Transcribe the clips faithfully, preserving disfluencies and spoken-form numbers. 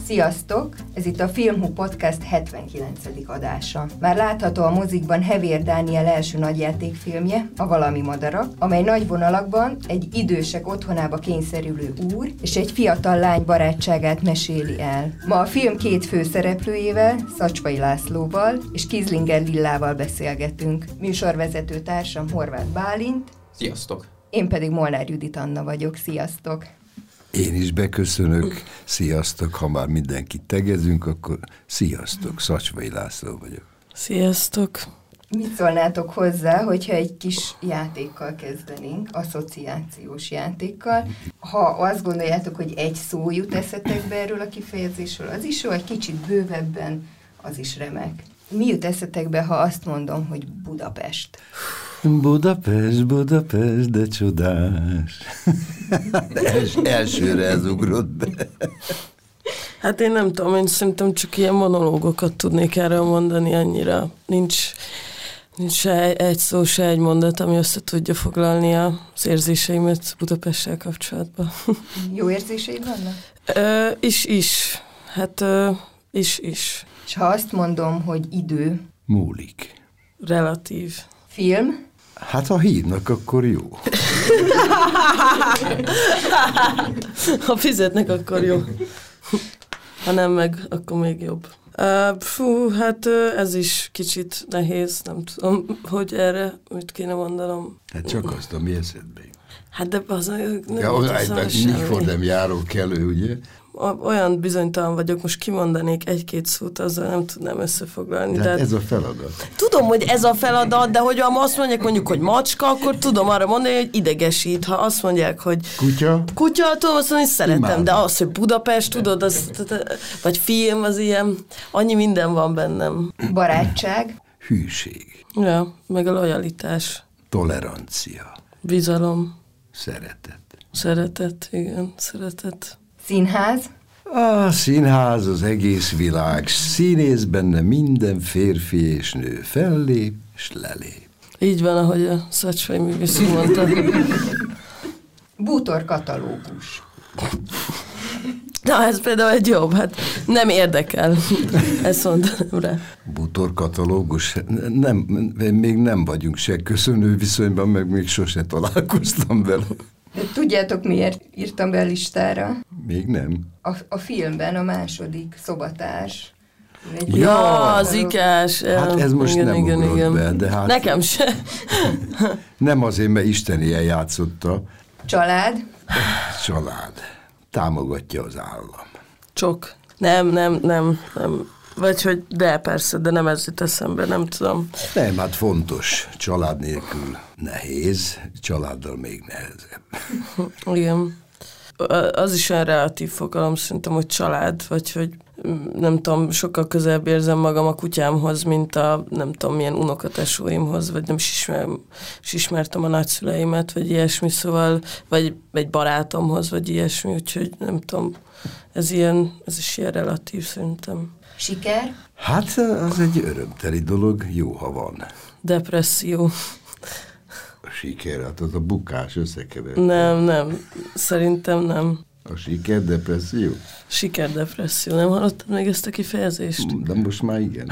Sziasztok! Ez itt a Filmhub Podcast hetvenkilencedik adása. Már látható a mozikban Hevér Dániel első nagyjátékfilmje, a Valami madara, amely nagy vonalakban egy idősek otthonába kényszerülő úr és egy fiatal lány barátságát meséli el. Ma a film két főszereplőjével, Szacsvay Lászlóval és Kizlinger Lillával beszélgetünk. Műsorvezető társam Horváth Bálint. Sziasztok! Én pedig Molnár Judit Anna vagyok. Sziasztok! Én is beköszönök, sziasztok, ha már mindenkit tegezünk, akkor sziasztok, Szacsvay László vagyok. Sziasztok! Mit szólnátok hozzá, hogyha egy kis játékkal kezdenénk, asszociációs játékkal? Ha azt gondoljátok, hogy egy szó jut eszetekbe erről a kifejezésről, az is jó, egy kicsit bővebben, az is remek. Mi jut eszetekbe, ha azt mondom, hogy Budapest? Budapest, Budapest, de csodás. Els, elsőre ez ugrott be. Hát én nem tudom, én szerintem csak ilyen monológokat tudnék erről mondani, annyira nincs, nincs se egy szó, se egy mondat, ami össze tudja foglalni az érzéseimet Budapesttel kapcsolatban. Jó érzéseid vannak? Ö, is, is. Hát ö, is, is. És ha azt mondom, hogy idő? Múlik. Relatív. Film? Hát ha hívnak, akkor jó. Ha fizetnek, akkor jó. Ha nem meg, akkor még jobb. Uh, fú, hát uh, ez is kicsit nehéz, nem tudom, hogy erre mit kéne mondanom. Hát csak azt, ami eszedbe jön. Hát de az nem ja, mikor nem járok elő, ugye? Olyan bizonytalan vagyok, most kimondanék egy-két szót, azzal nem tudnám összefoglalni. De, de ez a feladat. Tudom, hogy ez a feladat, de hogy azt mondják mondjuk, hogy macska, akkor tudom arra mondani, hogy idegesít. Ha azt mondják, hogy kutya, kutya tudom azt mondani, hogy szeretem, imádom. De az, hogy Budapest, tudod, az, vagy film, az ilyen, annyi minden van bennem. Barátság. Hűség. Ja, meg a lojalitás. Tolerancia. Bizalom. Szeretet. Szeretet, igen, szeretet. Színház? A színház az egész világ. Színész benne minden férfi és nő. Fellép és lelép. Így van, ahogy a Szacsvay művész mondta. Bútor katalógus. Na, ez például egy jobb, hát nem érdekel. Ezt mondanám rá. Bútor katalógus? Nem, még nem vagyunk se köszönő viszonyban, meg még sose találkoztam vele. De tudjátok, miért írtam be a listára? Még nem. A, a filmben a második szobatárs. Egy ja, az ikás. Hát ez most igen, nem igen, ugrott igen. be, de hát... Nekem se. Nem azért, mert Isten ilyen játszotta. Család? Család. Támogatja az állam. Csok. Nem, nem, nem, nem. Vagy hogy de persze, de nem ez jut eszembe, nem tudom. Nem, hát fontos. Család nélkül nehéz, családdal még nehezebb. Igen. Az is olyan relatív fogalom szerintem, hogy család, vagy hogy nem tudom, sokkal közelebb érzem magam a kutyámhoz, mint a nem tudom milyen unokatesóimhoz, vagy nem is, ismerem, is ismertem a nagyszüleimet, vagy ilyesmi, szóval, vagy egy barátomhoz, vagy ilyesmi, úgyhogy nem tudom, ez ilyen, ez is ilyen relatív szerintem. Siker? Hát az egy örömteli dolog, jó, ha van. Depresszió. A siker, hát az a bukás összekever. Nem, nem, szerintem nem. A siker, depresszió? Siker, depresszió. Nem hallottad még ezt a kifejezést? De most már igen.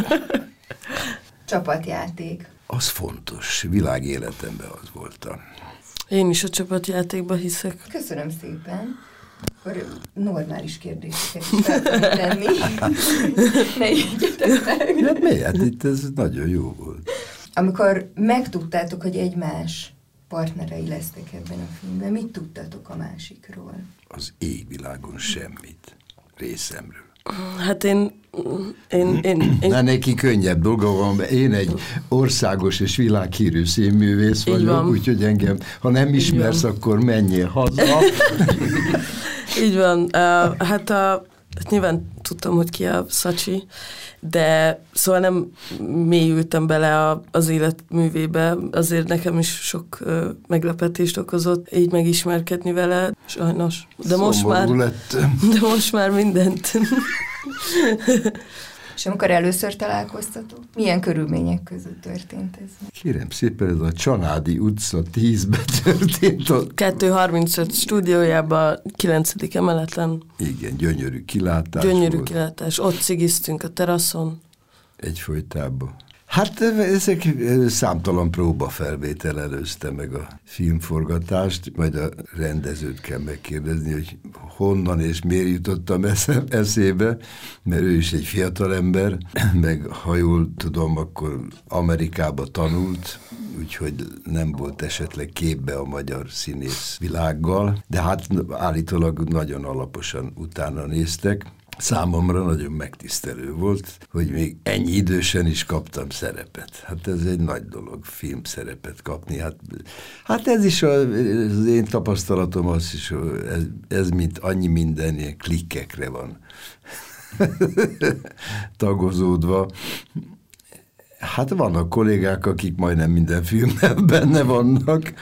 Csapatjáték. Az fontos. Világéletemben az voltam. Én is a csapatjátékban hiszek. Köszönöm szépen. Akkor normális kérdéseket is fel tudni tenni. Ne ígyetek meg. Hát miért? Itt ez nagyon jó volt. Amikor megtudtátok, hogy egymás partnerei lesztek ebben a filmben, mit tudtatok a másikról? Az égvilágon semmit. Részemről. Hát én... én, én, én... Na, neki könnyebb dolga van, mert én egy országos és világhírű színművész vagyok, úgyhogy engem, ha nem ismersz, akkor menjél haza. Így van. Uh, hát, a, hát nyilván tudtam, hogy ki a Szacsi, de szóval nem mélyültem bele a, az életművébe, azért nekem is sok uh, meglepetést okozott így megismerkedni vele, sajnos. De most, már, de most már mindent. És amikor először találkoztatok, milyen körülmények között történt ez? Kérem szépen, ez a Csanádi utca tízben történt. A... kettő harmincöt stúdiójában, kilencedik emeleten. Igen, gyönyörű kilátás Gyönyörű volt. kilátás. Ott cigiztünk a teraszon. Egyfolytában. Hát ezek számtalan próbafelvétel előzte meg a filmforgatást, majd a rendezőt kell megkérdezni, hogy honnan és miért jutottam eszébe, mert ő is egy fiatal ember, meg ha jól tudom, akkor Amerikába tanult, úgyhogy nem volt esetleg képbe a magyar színész világgal, de hát állítólag nagyon alaposan utána néztek. Számomra nagyon megtisztelő volt, hogy még ennyi idősen is kaptam szerepet. Hát ez egy nagy dolog, filmszerepet kapni. Hát, hát ez is a, az én tapasztalatom, az is, ez, ez mint annyi minden ilyen klikkekre van tagozódva. Hát vannak kollégák, akik majdnem minden filmben benne vannak.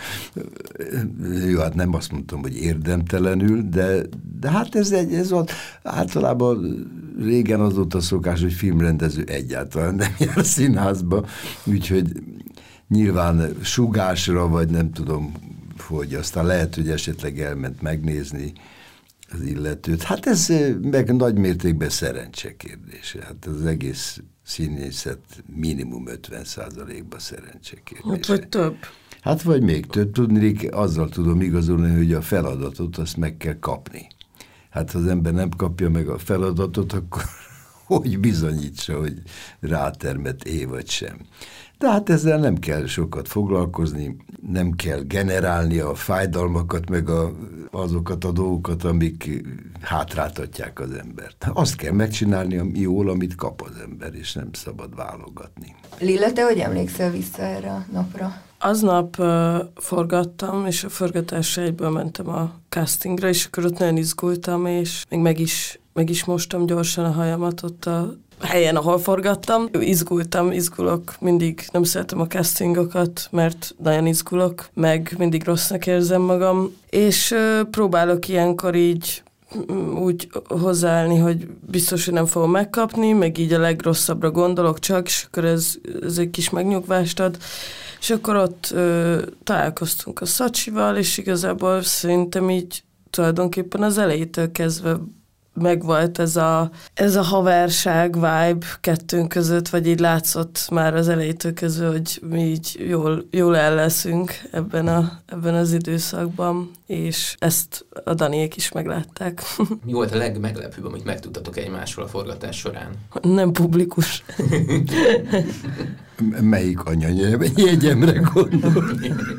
Jó, hát nem azt mondtam, hogy érdemtelenül, de, de hát ez, egy, ez volt általában régen az volt a szokás, hogy filmrendező egyáltalán nem jár színházba, úgyhogy nyilván sugásra, vagy nem tudom, hogy aztán lehet, hogy esetleg elment megnézni az illetőt. Hát ez meg nagy mértékben szerencse kérdése. Hát az egész színészet minimum ötven százalékban szerencse kérdése. Hát vagy több. Hát vagy még több. Tudnék, azzal tudom igazolni, hogy a feladatot azt meg kell kapni. Hát ha az ember nem kapja meg a feladatot, akkor hogy bizonyítsa, hogy rátermet é vagy sem. De hát ezzel nem kell sokat foglalkozni, nem kell generálni a fájdalmakat, meg a, azokat a dolgokat, amik hátráltatják az embert. Azt kell megcsinálni jól, amit kap az ember, és nem szabad válogatni. Lilla, te hogy emlékszel vissza erre a napra? Aznap uh, forgattam, és a forgatásra egyből mentem a castingra, és akkor ott nagyon izgultam, és még meg is, meg is mostam gyorsan a hajamat ott a helyen, ahol forgattam. Izgultam, izgulok, mindig nem szeretem a castingokat, mert nagyon izgulok, meg mindig rossznak érzem magam, és uh, próbálok ilyenkor így úgy hozzáállni, hogy biztos, hogy nem fogom megkapni, meg így a legrosszabbra gondolok csak, és akkor ez, ez egy kis megnyugvást ad. És akkor ott ö, találkoztunk a Szacsival, és igazából szerintem így tulajdonképpen az elejétől kezdve megvolt ez a, ez a haverság vibe kettőnk között, vagy így látszott már az elejétől kezdve, hogy mi így jól, jól el leszünk ebben, a, ebben az időszakban, és ezt a Daniék is meglátták. Mi volt a legmeglepőbb, amit megtudtatok egymásról a forgatás során? Nem publikus. Melyik anyanyegyemre gondol?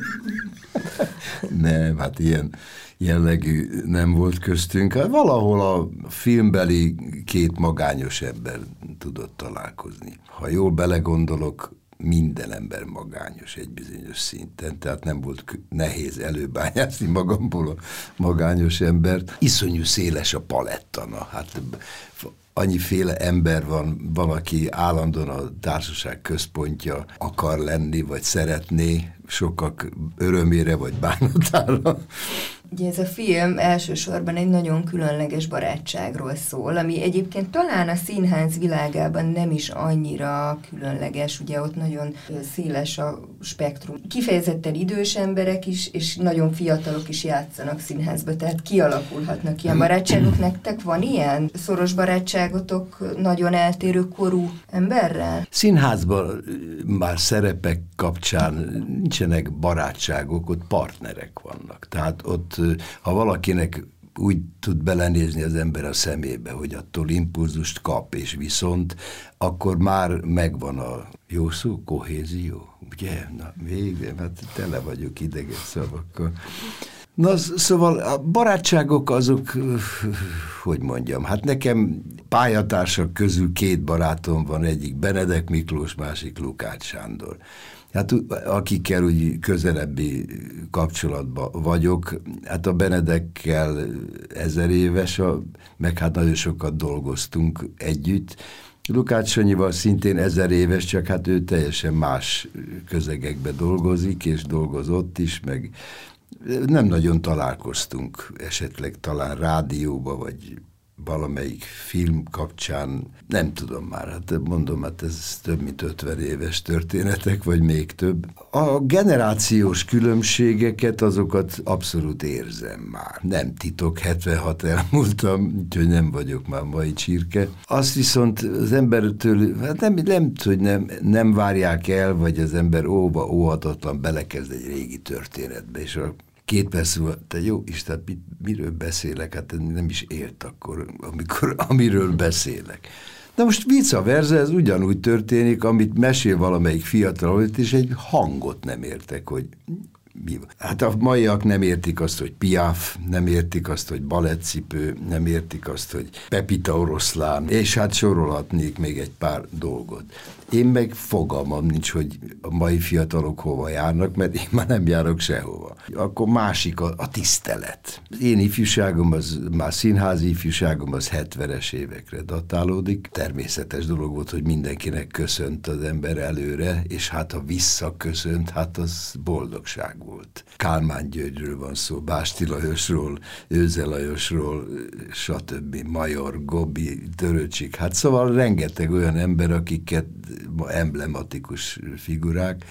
Nem, hát ilyen jellegű nem volt köztünk. Valahol a filmbeli két magányos ember tudott találkozni. Ha jól belegondolok, minden ember magányos egy bizonyos szinten, tehát nem volt nehéz előbányászni magamból a magányos embert. Iszonyú széles a palettana, hát annyiféle ember van, van, aki állandóan a társaság központja akar lenni, vagy szeretné, sokak örömére, vagy bánatára. Ugye ez a film elsősorban egy nagyon különleges barátságról szól, ami egyébként talán a színház világában nem is annyira különleges, ugye ott nagyon széles a spektrum. Kifejezetten idős emberek is, és nagyon fiatalok is játszanak színházba, tehát kialakulhatnak ilyen barátságok. Nektek van ilyen szoros barátságotok nagyon eltérő korú emberrel? Színházban már szerepek kapcsán nincsenek barátságok, ott partnerek vannak. Tehát ott ha valakinek úgy tud belenézni az ember a szemébe, hogy attól impulzust kap, és viszont, akkor már megvan a jó szó, kohézió, ugye? Na, végre, hát tele vagyok idegen szavakkal. Na, szóval a barátságok azok, hogy mondjam, hát nekem pályatársak közül két barátom van, egyik Benedek Miklós, másik Lukács Sándor. Hát akikkel úgy közelebbi kapcsolatban vagyok, hát a Benedekkel ezer éves, a, meg hát nagyon sokat dolgoztunk együtt. Lukács Sanyival szintén ezer éves, csak hát ő teljesen más közegekben dolgozik, és dolgozott is, meg nem nagyon találkoztunk, esetleg talán rádióba, vagy valamelyik film kapcsán, nem tudom már, hát mondom, hát ez több mint ötven éves történetek, vagy még több. A generációs különbségeket, azokat abszolút érzem már. Nem titok, hetvenhat elmúltam, úgyhogy nem vagyok már mai csirke. Azt viszont az embertől, hát nem, nem hogy nem, nem várják el, vagy az ember óva, óhatatlan belekezd egy régi történetbe, és a két perc múlva, te jó Isten, mit, miről beszélek? Hát nem is élt akkor, amikor, amiről beszélek. Na most vice versa, ez ugyanúgy történik, amit mesél valamelyik fiatal, és egy hangot nem értek, hogy mi van. Hát a maiak nem értik azt, hogy Piaf, nem értik azt, hogy balettcipő, nem értik azt, hogy Pepita oroszlán, és hát sorolhatnék még egy pár dolgot. Én meg fogalmam nincs, hogy a mai fiatalok hova járnak, mert én már nem járok sehova. Akkor másik a, a tisztelet. Én ifjúságom, az, már színházi ifjúságom, az hetvenes évekre datálódik. Természetes dolog volt, hogy mindenkinek köszönt az ember előre, és hát ha visszaköszönt, hát az boldogság volt. Kálmán Györgyről van szó, Básti Lajosról, Őze Lajosról, stb. Major, Gobi, Töröcsik. Hát szóval rengeteg olyan ember, akiket emblematikus figurák,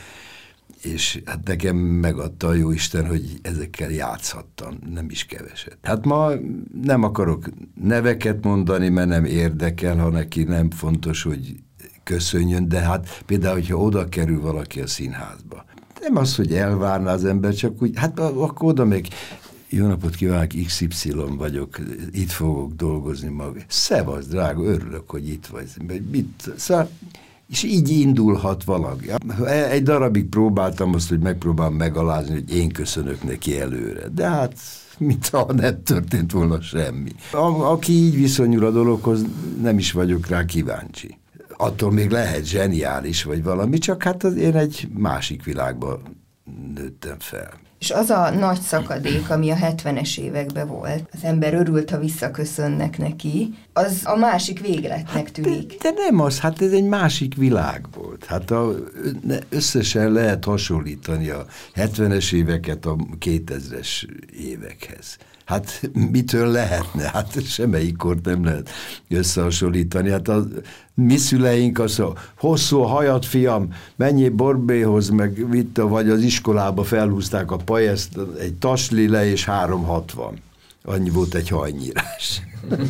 és hát nekem megadta a jóisten, hogy ezekkel játszhattam, nem is keveset. Hát ma nem akarok neveket mondani, mert nem érdekel, ha neki nem fontos, hogy köszönjön, de hát például, hogyha oda kerül valaki a színházba. Nem az, hogy elvárna az ember, csak úgy, hát akkor oda még jó napot kívánok, iksz ipszilon vagyok, itt fogok dolgozni maga. Szevasz, drága, örülök, hogy itt vagy. Mit? Szóval, és így indulhat valami. Egy darabig próbáltam azt, hogy megpróbálom megalázni, hogy én köszönök neki előre. De hát, mintha nem történt volna semmi. A, aki így viszonyul a dologhoz, nem is vagyok rá kíváncsi. Attól még lehet zseniális vagy valami, csak hát én egy másik világban nőttem fel. És az a nagy szakadék, ami a hetvenes években volt, az ember örült, ha visszaköszönnek neki, az a másik végletnek tűnik. Hát de, de nem az, hát ez egy másik világ volt. Hát a, összesen lehet hasonlítani a hetvenes éveket a kétezres évekhez. Hát mitől lehetne? Hát semmelyik kort nem lehet összehasonlítani. Hát a mi szüleink azt mondja, hosszú a hajad, fiam, menjél Borbéhoz, meg vitte, vagy az iskolába felhúzták a pajeszt, egy tasli le, és három hatvan. Annyi volt egy hajnyírás.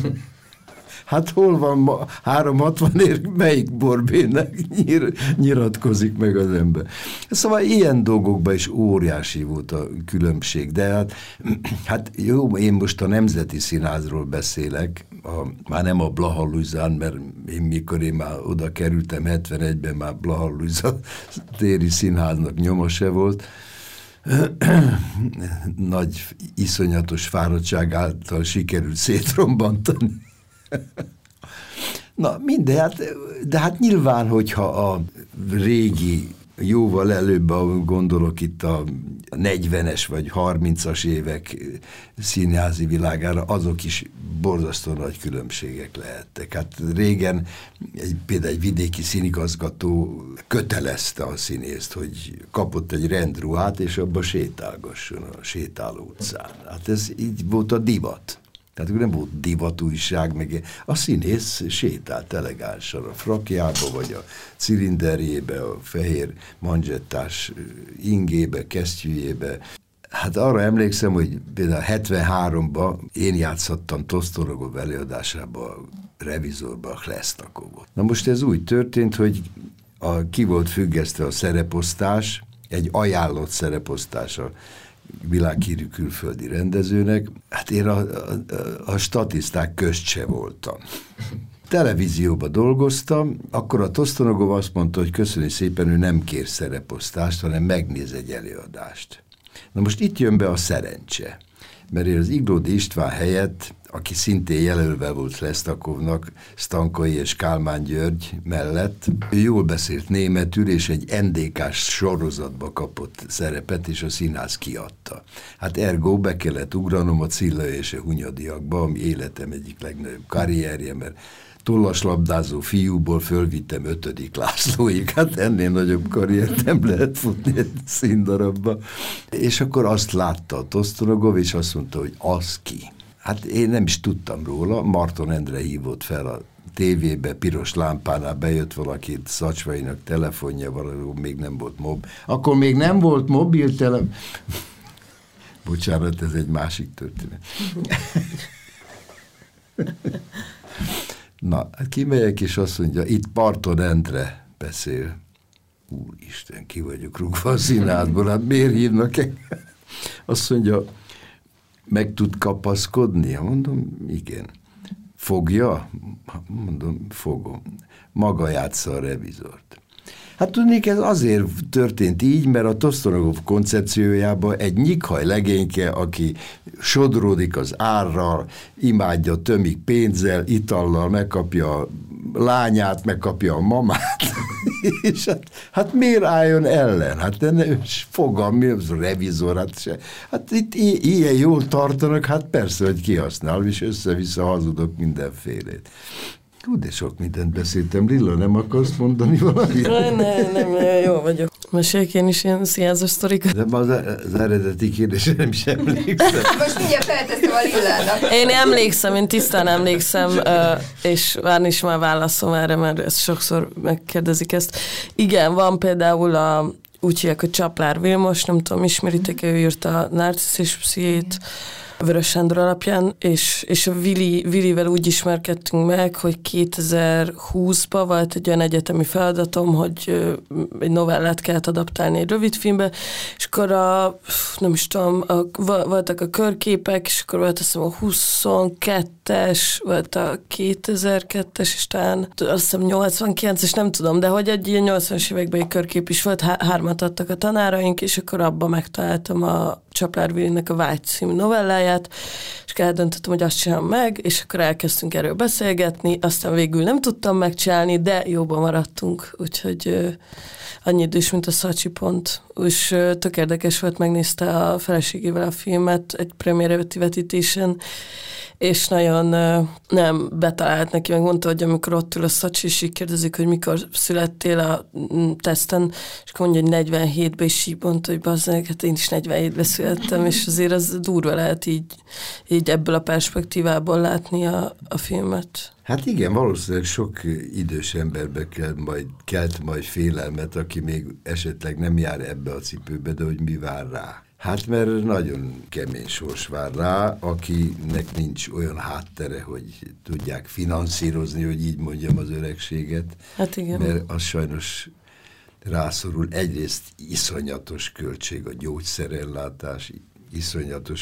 Hát hol van ma három hatvanért, melyik Borbének nyir, nyiratkozik meg az ember. Szóval ilyen dolgokban is óriási volt a különbség, de hát, hát jó, én most a Nemzeti Színházról beszélek, a, már nem a Blaha Lujzán, mert én mikor én már oda kerültem hetvenegyben, már Blaha Lujza téri színháznak nyoma se volt. Nagy, iszonyatos fáradtság által sikerült szétrombantani. Na, minden, hát, de hát nyilván, hogyha a régi, jóval előbb gondolok itt a negyvenes vagy harmincas évek színházi világára, azok is borzasztó nagy különbségek lehettek. Hát régen egy, például egy vidéki színigazgató kötelezte a színészt, hogy kapott egy rendruhát, és abba sétálgasson a sétáló utcán. Hát ez így volt a divat. Tehát nem volt divatújság, meg a színész sétált elegánsan a frakjába, vagy a cilinderjébe, a fehér manzsettás ingébe, kesztyűjébe. Hát arra emlékszem, hogy például hetvenháromban én játszottam Tosztorogov előadásában, a Revizorban, a Chlesztakovot. Na most ez úgy történt, hogy a, ki volt függesztve a szereposztás, egy ajánlott szereposztás a világhírű külföldi rendezőnek. Hát én a, a, a statiszták közt se voltam. Televízióban dolgoztam, akkor a Tosztonogov azt mondta, hogy köszönjük szépen, ő nem kér szereposztást, hanem megnéz egy előadást. Na most itt jön be a szerencse, mert én az Iglódi István helyett, aki szintén jelölve volt Lesztakovnak, Stankai és Kálmán György mellett, ő jól beszélt németül, és egy en dé ká-s sorozatba kapott szerepet, és a színház kiadta. Hát ergo be kellett ugranom a Cilla és a Hunyadiakba, ami életem egyik legnagyobb karrierje, mert tollaslabdázó fiúból fölvittem ötödik Lászlóig, hát ennél nagyobb karriert nem lehet futni egy színdarabba. És akkor azt látta a Tosztonogov, és azt mondta, hogy az ki. Hát én nem is tudtam róla, Marton Endre hívott fel a tévébe, piros lámpánál bejött valaki, Szacsvainak telefonja, valahol még nem volt mob. Akkor még nem volt mobiltelefon. Bocsánat, ez egy másik történet. Na, hát kimegyek, és azt mondja, itt Marton Endre beszél. Úristen, ki vagyok rúgva a színházból, hát miért hívnak engem? Azt mondja, meg tud kapaszkodni? Mondom, igen. Fogja? Mondom, fogom. Maga játsza a revizort. Hát tudnék, ez azért történt így, mert a Tosztonovov koncepciójában egy nyikhaj legényke, aki sodródik az árral, imádja, tömik pénzzel, itallal, megkapja a lányát, megkapja a mamát, és hát, hát miért álljon ellen? Hát nem fogam, mi az a revizor, hát, se, hát itt i- ilyen jól tartanak, hát persze, hogy kihasznál, és össze-vissza hazudok mindenfélét. Hú, de sok mindent beszéltem. Lilla, nem akarsz mondani valamit? Nem, nem, nem, jó vagyok. Meséljek én is ilyen színházas sztorikat. De az, az eredeti kérdésre nem is emlékszem. Most mindjárt felteszem a Lillának. Én emlékszem, én tisztán emlékszem, és várni is már válaszom erre, mert ezt sokszor megkérdezik ezt. Igen, van például a, úgy hívják, hogy Csaplár Vilmos, nem tudom, ismeritek, ő írta a Narcisz és Pszichét, Vörös Sándor alapján, és, és a Vili, Vilivel úgy ismerkedtünk meg, hogy kétezer-húszban volt egy olyan egyetemi feladatom, hogy egy novellát kellett adaptálni egy rövidfilmbe, és akkor a, nem is tudom, a, voltak a körképek, és akkor volt azt hiszem a huszonkettes, volt a kétezer-kettes, és talán azt hiszem nyolcvankilences, nem tudom, de hogy egy ilyen nyolcvanas években egy körkép is volt, há- hármat adtak a tanáraink, és akkor abban megtaláltam a Csaplár Vilinek a Vágy című novelláját, és eldöntöttem, hogy azt csinálom meg, és akkor elkezdtünk erről beszélgetni, aztán végül nem tudtam megcsinálni, de jóban maradtunk, úgyhogy uh, annyi idős, mint a Szacsi pont. És uh, tök érdekes volt, megnézte a feleségével a filmet egy premiére előtti vetítésen, és nagyon uh, nem betalált neki, meg mondta, hogy amikor ott ül a Szacsi, és így kérdezik, hogy mikor születtél a mm, teszten, és akkor mondja, hogy negyvenhétben, és így mondta, hogy bazdmeg, hát én is negyvenhétben születtem, és azért az durva lehet így, így ebből a perspektívából látni a, a filmet. Hát igen, valószínűleg sok idős emberbe kell majd, kelt majd félelmet, aki még esetleg nem jár ebbe a cipőbe, de hogy mi vár rá. Hát mert nagyon kemény sors vár rá, akinek nincs olyan háttere, hogy tudják finanszírozni, hogy így mondjam, az öregséget. Hát igen. Mert az sajnos rászorul egyrészt iszonyatos költség a gyógyszerellátás, iszonyatos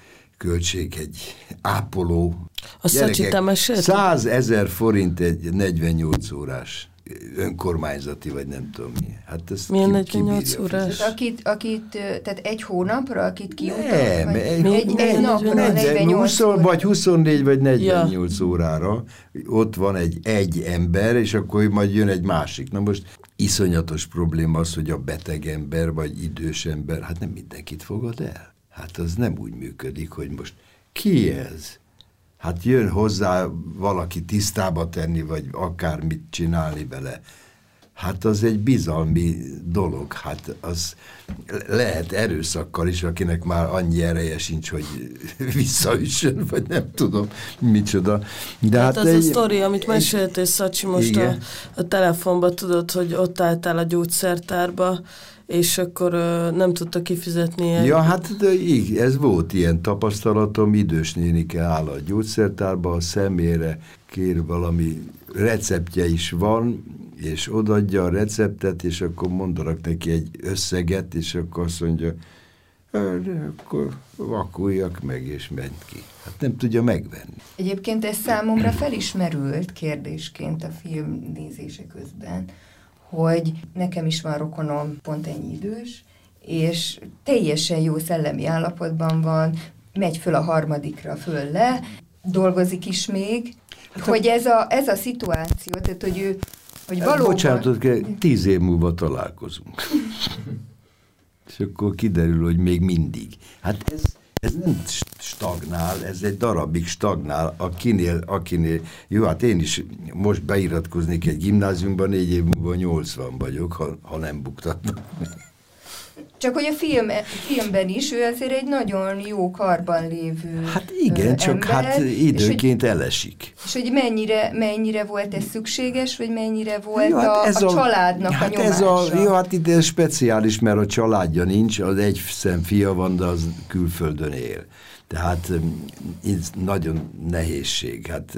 költség egy ápoló. A Szacsi, te mesélted? százezer forint egy negyvennyolc órás önkormányzati, vagy nem tudom mi. Hát ez milyen ki, negyvennyolc órás? Tehát akit, akit, tehát egy hónapra, akit kiutat? Nem, vagy egy, egy, egy napra, negyvennyolc óra. Vagy huszonnégy, vagy negyvennyolc ja. órára. Ott van egy, egy ember, és akkor majd jön egy másik. Na most iszonyatos probléma az, hogy a beteg ember, vagy idős ember, hát nem mindenkit fogad el. Hát az nem úgy működik, hogy most ki ez? Hát jön hozzá valaki tisztába tenni, vagy akármit csinálni vele. Hát az egy bizalmi dolog. Hát az lehet erőszakkal is, akinek már annyi ereje sincs, hogy visszaüssön, vagy nem tudom, micsoda. De hát, hát az egy, a sztori, amit meséltél, Szacsi, most a, a telefonban tudod, hogy ott álltál a gyógyszertárba, és akkor ö, nem tudta kifizetni. Egy... Ja, hát de így, ez volt ilyen tapasztalatom, idős nénike áll a gyógyszertárba, a szemére kér valami receptje is van, és odaadja a receptet, és akkor mondanak neki egy összeget, és akkor azt mondja, de akkor vakuljak meg, és menj ki. Hát nem tudja megvenni. Egyébként ez számomra felismerült kérdésként a film nézése közben, hogy nekem is van rokonom pont ennyi idős, és teljesen jó szellemi állapotban van, megy föl a harmadikra, föl le, dolgozik is még, hát hogy ez a, ez a szituáció, tehát hogy ő, hogy valóban... Bocsánatot, tíz év múlva találkozunk. És akkor kiderül, hogy még mindig. Hát ez, ez nem stagnál, ez egy darabig stagnál, akinél, akinél, jó, hát én is most beiratkoznék egy gimnáziumban, négy év múlva nyolcvan vagyok, ha, ha nem buktatnak. Csak hogy a film, filmben is ő azért egy nagyon jó karban lévő Hát igen, csak ember, hát időnként hogy, elesik. És hogy mennyire, mennyire volt ez szükséges, vagy mennyire volt jó, hát a, ez a, a családnak hát a nyomása? Ez a, jó, hát itt ez speciális, mert a családja nincs, az egy szem fia van, de az külföldön él. Tehát ez nagyon nehézség. Hát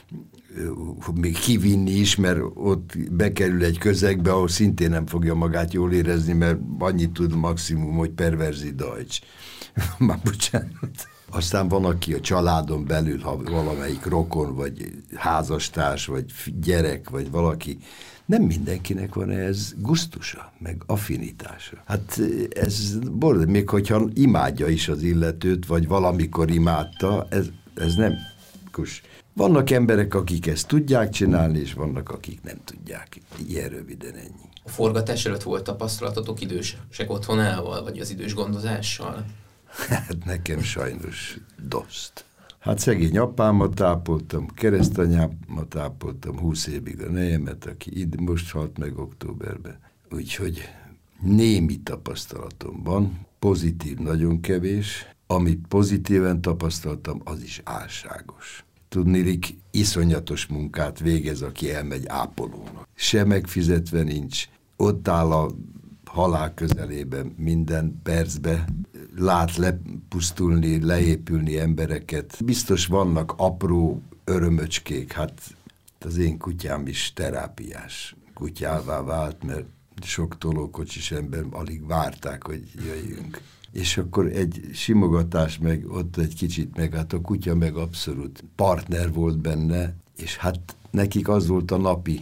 még kivinni is, mert ott bekerül egy közegbe, ahol szintén nem fogja magát jól érezni, mert annyit tud maximum, hogy perverzi Deutsch. Már bocsánat. Aztán van, aki a családon belül, ha valamelyik rokon, vagy házastárs, vagy gyerek, vagy valaki, nem mindenkinek van ez gusztusa, meg affinitása. Hát ez borzasztó, még hogyha imádja is az illetőt, vagy valamikor imádta, ez, ez nem kus. Vannak emberek, akik ezt tudják csinálni, és vannak, akik nem tudják. Ilyen röviden ennyi. A forgatás előtt volt tapasztalatotok idősek otthonával, vagy az idős gondozással? Hát nekem sajnos doszt. Hát szegény apámat tápoltam, keresztanyámat tápoltam, húsz évig a nejemet, aki id- most halt meg októberben. Úgyhogy némi tapasztalatom van, pozitív nagyon kevés, amit pozitíven tapasztaltam, az is álságos. Tudniillik, iszonyatos munkát végez, aki elmegy ápolónak. Se megfizetve nincs, ott áll a halál közelében minden percben, lát lepusztulni, leépülni embereket. Biztos vannak apró örömöcskék, hát az én kutyám is terápiás kutyává vált, mert sok tolókocsis ember alig várták, hogy jöjjünk. És akkor egy simogatás, meg ott egy kicsit, meg hát a kutya meg abszolút partner volt benne, és hát nekik az volt a napi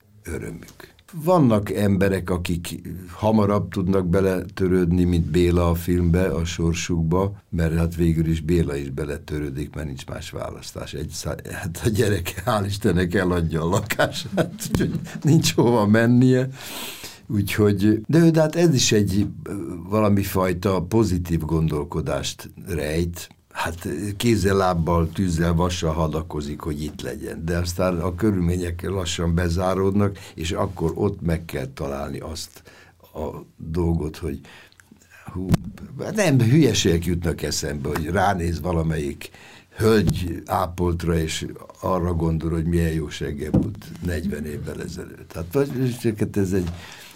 örömük. Vannak emberek, akik hamarabb tudnak beletörődni, mint Béla a filmbe, a sorsukba, mert hát végül is Béla is beletörődik, mert nincs más választás. Egy szá- hát a gyerek, hál' Istennek, eladja a lakását, úgyhogy nincs hova mennie. Úgyhogy, de, de hát ez is egy valami fajta pozitív gondolkodást rejt. Hát kézzel, lábbal, tűzzel, vassal hadakozik, hogy itt legyen. De aztán a körülmények lassan bezáródnak, és akkor ott meg kell találni azt a dolgot, hogy hú, nem, hülyeségek jutnak eszembe, hogy ránéz valamelyik hölgy ápoltra, és arra gondol, hogy milyen jó segge volt negyven évvel ezelőtt. Tehát ez egy,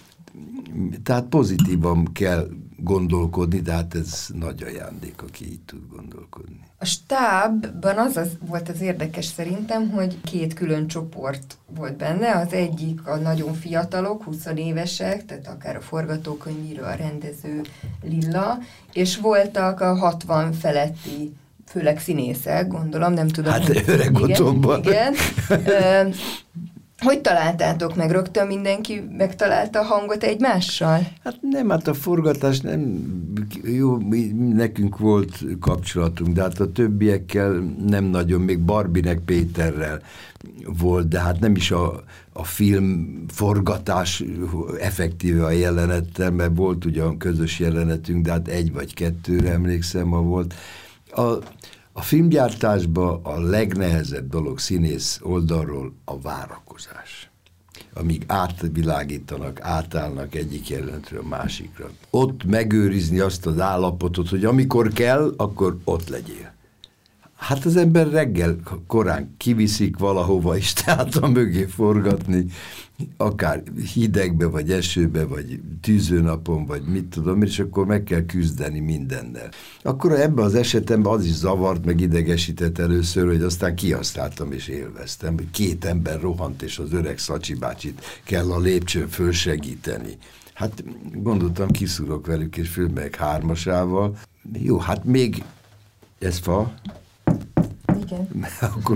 tehát pozitívan kell gondolkodni, de hát ez nagy ajándék, aki így tud gondolkodni. A stábban az, az volt az érdekes szerintem, hogy két külön csoport volt benne. Az egyik a nagyon fiatalok, húsz évesek, tehát akár a forgatókönyvíró, a rendező Lilla, és voltak a hatvan feletti, főleg színészek, gondolom, nem tudom. Hát öreg otthonban. Igen. igen. Hogy találtátok meg? Rögtön mindenki megtalálta a hangot egymással? Hát nem, hát a forgatás nem jó, mi, nekünk volt kapcsolatunk, de hát a többiekkel nem nagyon, még Barbinek Péterrel volt, de hát nem is a, a film forgatás effektíve a jelenettel, mert volt ugyan közös jelenetünk, de hát egy vagy kettőre emlékszem, ma volt. A A filmgyártásban a legnehezebb dolog színész oldalról a várakozás. Amíg átvilágítanak, átállnak egyik jelenetről a másikra. Ott megőrizni azt az állapotot, hogy amikor kell, akkor ott legyél. Hát az ember reggel korán kiviszik valahova is, tehát a mögé forgatni, akár hidegbe, vagy esőbe, vagy tűzőnapon, vagy mit tudom, és akkor meg kell küzdeni mindennel. Akkor ebben az esetemben az is zavart, meg idegesített először, hogy aztán kihasználtam és élveztem, hogy két ember rohant, és az öreg Szacsi bácsit kell a lépcsőn fölsegíteni. Hát gondoltam, kiszúrok velük, és fölmegyek hármasával. Jó, hát még ez fa. Igen. Akkor,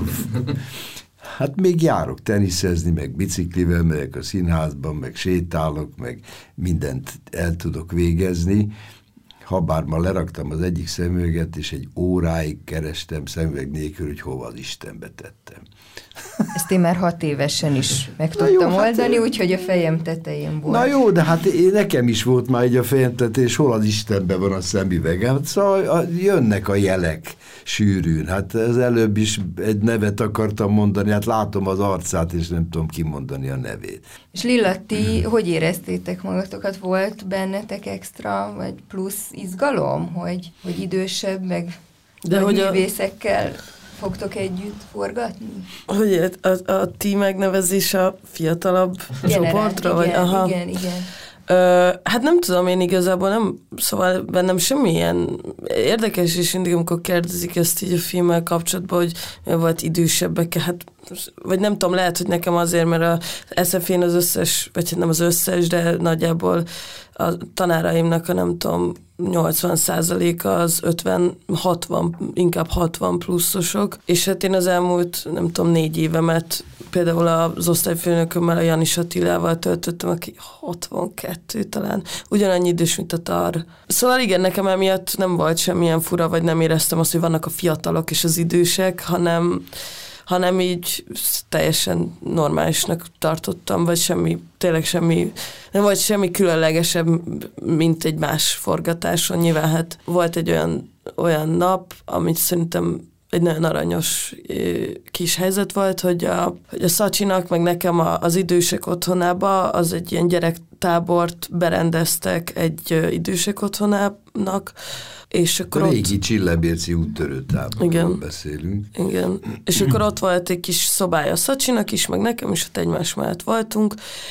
hát még járok teniszezni, meg biciklivel megyek a színházban, meg sétálok, meg mindent el tudok végezni. habár ma leraktam az egyik szemüveget, és egy óráig kerestem szemüveg nélkül, hogy hova az Istenbe tettem. Ezt én már hat évesen is meg tudtam jó, oldani, hát, úgyhogy a fejem tetején volt. Na jó, de hát én, nekem is volt már egy a fejem tetején, és hol az Istenben van a szemüveg. Hát szóval jönnek a jelek sűrűn. Hát az előbb is egy nevet akartam mondani, hát látom az arcát, és nem tudom kimondani a nevét. És Lilla, ti hogy éreztétek magatokat? Volt bennetek extra, vagy plusz izgalom, hogy, hogy idősebb, meg de hogy művészekkel a... fogtok együtt forgatni? Hogy a, a ti megnevezés a fiatalabb Generál, csoportra? Igen, vagy? Aha. igen, igen. Ö, hát nem tudom, én igazából nem, szóval bennem semmilyen érdekes, és mindig, amikor kérdezik ezt így a filmmel kapcsolatban, hogy volt idősebbek, hát vagy nem tudom, lehet, hogy nekem azért, mert az es ef én az összes, vagy nem az összes, de nagyjából a tanáraimnak a nem tudom, nyolcvan százaléka az ötven hatvan, inkább hatvan pluszosok, és hát én az elmúlt, nem tudom, négy évemet például az osztályfőnökömmel, a Janis Attilával töltöttem, aki hatvankettő talán, ugyanannyi idős, mint a Tar. Szóval igen, nekem emiatt nem volt semmilyen fura, vagy nem éreztem azt, hogy vannak a fiatalok és az idősek, hanem hanem így teljesen normálisnak tartottam, vagy semmi, tényleg semmi, nem volt semmi különlegesebb, mint egy más forgatáson. Nyilván hát volt egy olyan, olyan nap, amit szerintem egy nagyon aranyos kis helyzet volt, hogy a, hogy a Szacsinak, meg nekem a, az idősek otthonába, az egy ilyen gyerektábort berendeztek egy idősek otthonának, és akkor a régi ott... Csillebérci úttörőtáborról beszélünk. Igen, és akkor ott volt egy kis szobája a Szacsinak is, meg nekem is, ott egymás mellett voltunk,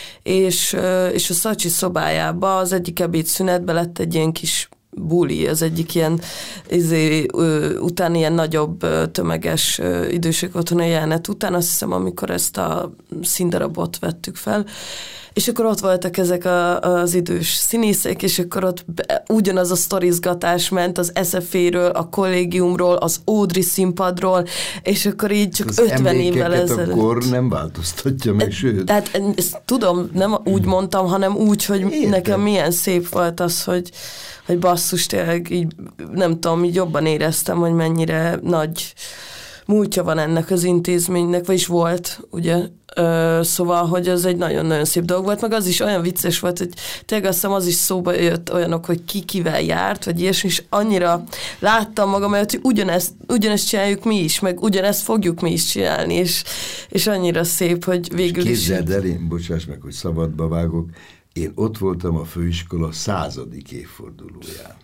és, és a Szacsi szobájába az egyik ebédszünetben lett egy ilyen kis buli, az egyik ilyen izé, után ilyen nagyobb tömeges idősek otthoni jelenet után, azt hiszem, amikor ezt a színdarabot vettük fel, és akkor ott voltak ezek a, az idős színészek, és akkor ott be, ugyanaz a sztorizgatás ment az es ef é-ről, a kollégiumról, az Ódri színpadról, és akkor így csak az ötven évvel ezelőtt. Akkor nem változtatja meg, sőt. Tehát ezt tudom, nem úgy mondtam, hanem úgy, hogy Értem. Nekem milyen szép volt az, hogy, hogy basszus, tényleg így, nem tudom, így jobban éreztem, hogy mennyire nagy múltja van ennek az intézménynek, vagyis volt, ugye, Ö, szóval, hogy ez egy nagyon-nagyon szép dolog volt, meg az is olyan vicces volt, hogy tényleg azt hiszem az is szóba jött olyanok, hogy ki kivel járt, vagy ilyesmi, és annyira láttam magam, hogy ugyanezt, ugyanezt csináljuk mi is, meg ugyanezt fogjuk mi is csinálni, és, és annyira szép, hogy végül is... Képzeld el, én, bocsáss meg, hogy szabadba vágok, én ott voltam a főiskola századik évfordulóján.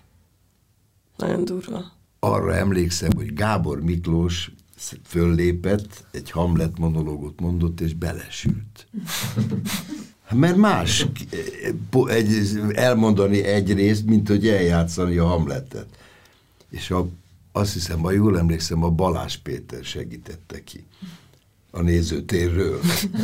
Nagyon durva. Arra emlékszem, hogy Gábor Miklós föllépett, egy Hamlet monológot mondott, és belesült. Mert más egy, elmondani egy részt, mint hogy eljátszani a Hamletet. És a, azt hiszem, ha jól emlékszem, a Balázs Péter segítette ki a nézőtérről.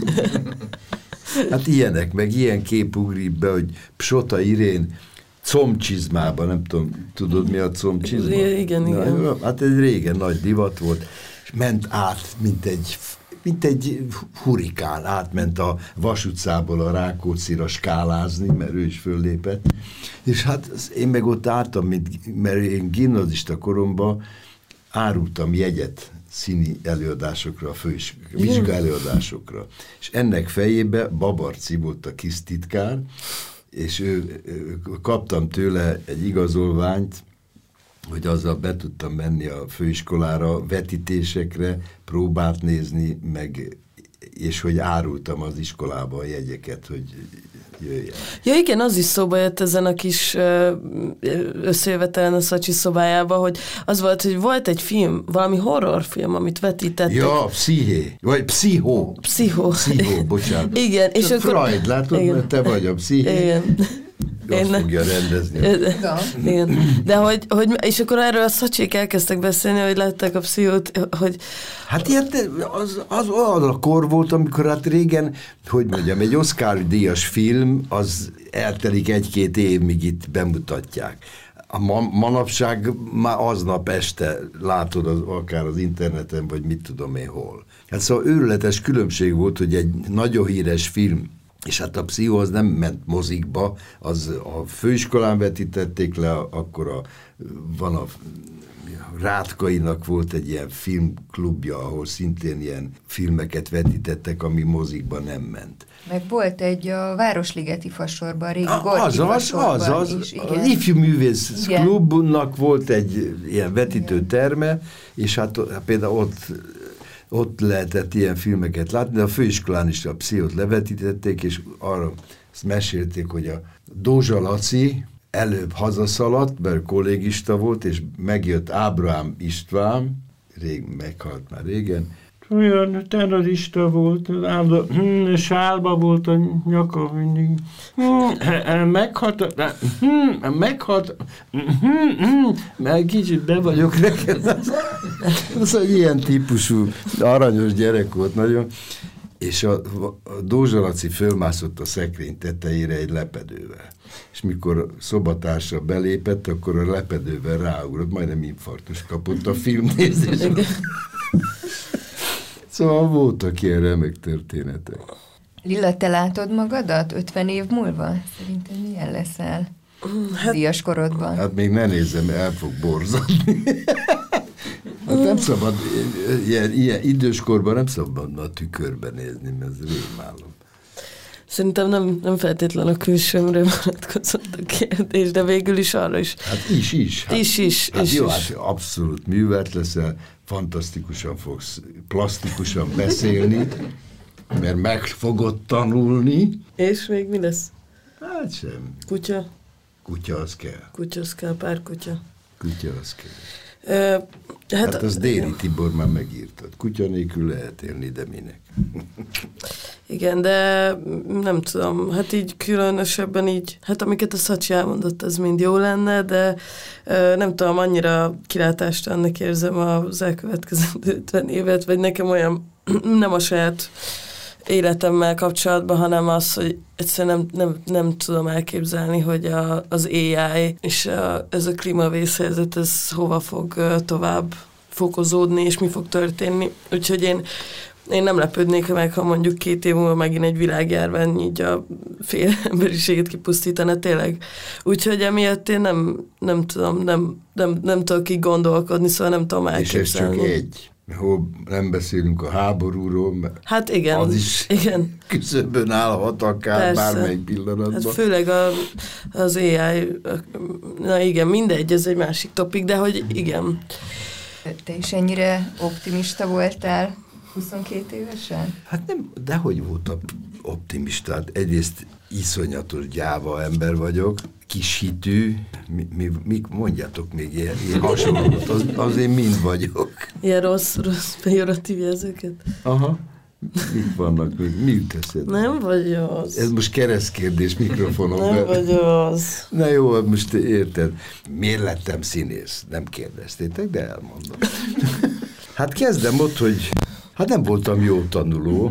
Hát ilyenek, meg ilyen kép ugrik be, hogy Psota Irén combcsizmában, nem tudom, tudod mi a combcsizma? Igen, Na, igen. Hát ez régen nagy divat volt, és ment át, mint egy, mint egy hurikán, átment a Vas utcából a Rákóczira skálázni, mert ő is föllépett, és hát én meg ott álltam, mint, mert én gimnazista koromban árultam jegyet színi előadásokra, a főis, vizsga előadásokra, és ennek fejébe Babarci volt a kis titkár, és ő, ő, kaptam tőle egy igazolványt, hogy azzal be tudtam menni a főiskolára, vetítésekre, próbát nézni, meg, és hogy árultam az iskolába a jegyeket, hogy jöjjön. Ja igen, az is szóba jött ezen a kis összejövetelen a Szacsi szobájába, hogy az volt, hogy volt egy film, valami horrorfilm, amit vetítettek. Ja, Psziché, vagy Pszichó. Pszichó. Pszichó, bocsánat. Igen, és akkor... Freud, látod, igen. Mert te vagy a Psziché. Igen. Azt Én fogja rendezni. Igen. De hogy, hogy, és akkor erről a Szacsék elkezdtek beszélni, hogy látták a Pszichót, hogy... Hát ilyen, az, az olyan a kor volt, amikor hát régen, hogy mondjam, egy Oscar-díjas film, az eltelik egy-két év, míg itt bemutatják. A ma, manapság már aznap este látod az, akár az interneten, vagy mit tudom én hol. Hát szóval őrületes különbség volt, hogy egy nagyon híres film És hát a Pszichó az nem ment mozikba, az a főiskolán vetítették le, akkor a, van a Rátkainak volt egy ilyen filmklubja, ahol szintén ilyen filmeket vetítettek, ami mozikba nem ment. Meg volt egy a Városligeti Fasorban, a régi A, Gorki az, Fasorban az, az, is. az, az ifjú művész klubnak volt egy ilyen vetítő terme, és hát például ott, ott lehetett ilyen filmeket látni, de a főiskolán is a Pszichót levetítették, és arra azt mesélték, hogy a Dózsa Laci előbb hazaszaladt, mert kollégista volt, és megjött Ábrahám István, rég, meghalt már régen, olyan terrorista volt, hm, sálba volt a nyaka mindig. Hm, meghalt, hm, meghalt, hm, mert kicsit be vagyok neked. Az egy ilyen típusú aranyos gyerek volt nagyon. És a, a Dózsa Laci fölmászott a szekrény tetejére egy lepedővel. És mikor a szobatársa belépett, akkor a lepedővel ráugrott, majdnem infarktus kapott a filmnézésben. Szóval voltak ilyen remek történetek. Lilla, te látod magadat ötven év múlva? Szerintem milyen leszel hát, díjas korodban? Hát még ne nézzem, el fog borzadni. Hát nem szabad, ilyen, ilyen időskorban nem szabad a tükörbe nézni, mert ez rémálom. Szerintem nem, nem feltétlen a külsőmre vonatkozott a kérdés, de végül is arra is. Hát is, is. Hát, is, is. Hát is, jó, is. hát abszolút művelt leszel, fantasztikusan fogsz plastikusan beszélni, mert meg fogod tanulni. És még mi lesz? Hát sem. Kutya? Kutya az kell. Kutya az kell, pár kutya. Kutya az kell. Uh, hát, hát az Déri Tibor már megírtad. Kutya nélkül lehet élni, de minek? Igen, de nem tudom, hát így különösebben így, hát amiket a Szacsi elmondott, az mind jó lenne, de uh, nem tudom, annyira kilátástalannak érzem az elkövetkezendő ötven évet, vagy nekem olyan, nem a saját életemmel kapcsolatban, hanem az, hogy egyszerűen nem, nem, nem tudom elképzelni, hogy a, az á i és a, ez a klímavészhelyzet, ez hova fog uh, tovább fokozódni, és mi fog történni. Úgyhogy én, én nem lepődnék meg, ha mondjuk két év múlva megint egy világjárvány így a fél emberiséget kipusztítana tényleg. Úgyhogy emiatt én nem, nem tudom, nem, nem, nem tudok így gondolkodni, szóval nem tudom elképzelni. És ez csak egy. Hol nem beszélünk a háborúról, mert hát igen, az is igen. küszöbön állhat akár persze. Bármelyik pillanatban. Hát főleg a, az á i, na igen, mindegy, ez egy másik topik, de hogy igen. Te is ennyire optimista voltál huszonkét évesen? Hát nem, dehogy voltam optimista. Hát egyrészt iszonyatos gyáva ember vagyok, kis hitű, mi, mi, mi mondjátok még ilyen, ilyen hasonlót, az, az én mind vagyok. Ilyen rossz, rossz pejoratív jelzőket? Aha. Mit vannak még? Mi jut eszedbe? Nem vagy az. Ez most keresztkérdés mikrofonon. Nem be. Vagy az. Na jó, most érted. Miért lettem színész? Nem kérdeztétek, de elmondom. Hát kezdem ott, hogy hát nem voltam jó tanuló.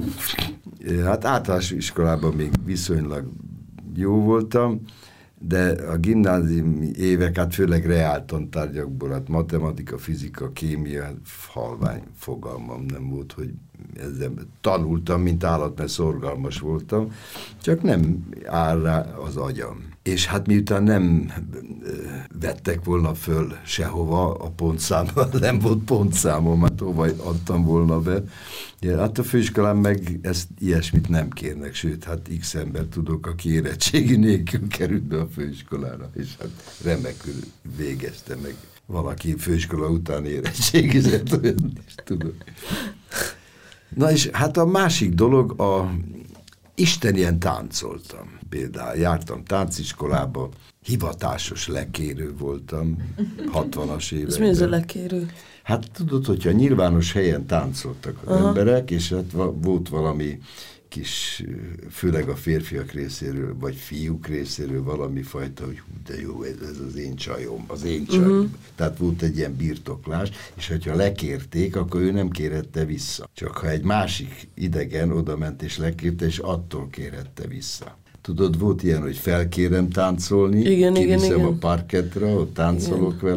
Hát általános iskolában még viszonylag jó voltam, de a gimnáziumi évek, hát főleg reáltantárgyakból, hát matematika, fizika, kémia, halvány fogalmam nem volt, hogy ezzel tanultam, mint állat, mert szorgalmas voltam, csak nem áll rá az agyam. És hát miután nem vettek volna föl sehova a pontszámban, nem volt pontszámom, hát hova adtam volna be. Ja, hát a főiskolán meg ezt ilyesmit nem kérnek, sőt, hát x ember tudok, aki érettségi nélkül került be a főiskolára, és hát remekül végezte meg. Valaki főiskola után érettségizett, olyan is tudok. Na és hát a másik dolog, a Isten ilyen táncoltam. Például jártam tánciskolába, hivatásos lekérő voltam, hatvanas években. Ez mi ez a lekérő? Hát tudod, hogyha nyilvános helyen táncoltak az Aha. emberek, és hát volt valami kis, főleg a férfiak részéről, vagy fiúk részéről valami fajta, hogy de jó, ez, ez az én csajom, az én csajom. Uh-huh. Tehát volt egy ilyen birtoklás, és hogyha lekérték, akkor ő nem kérhette vissza. Csak ha egy másik idegen oda ment és lekérte, és attól kérhette vissza. Tudod, volt ilyen, hogy felkérem táncolni, igen, kiviszem igen, igen. a parkettra, ott táncolok igen. vele,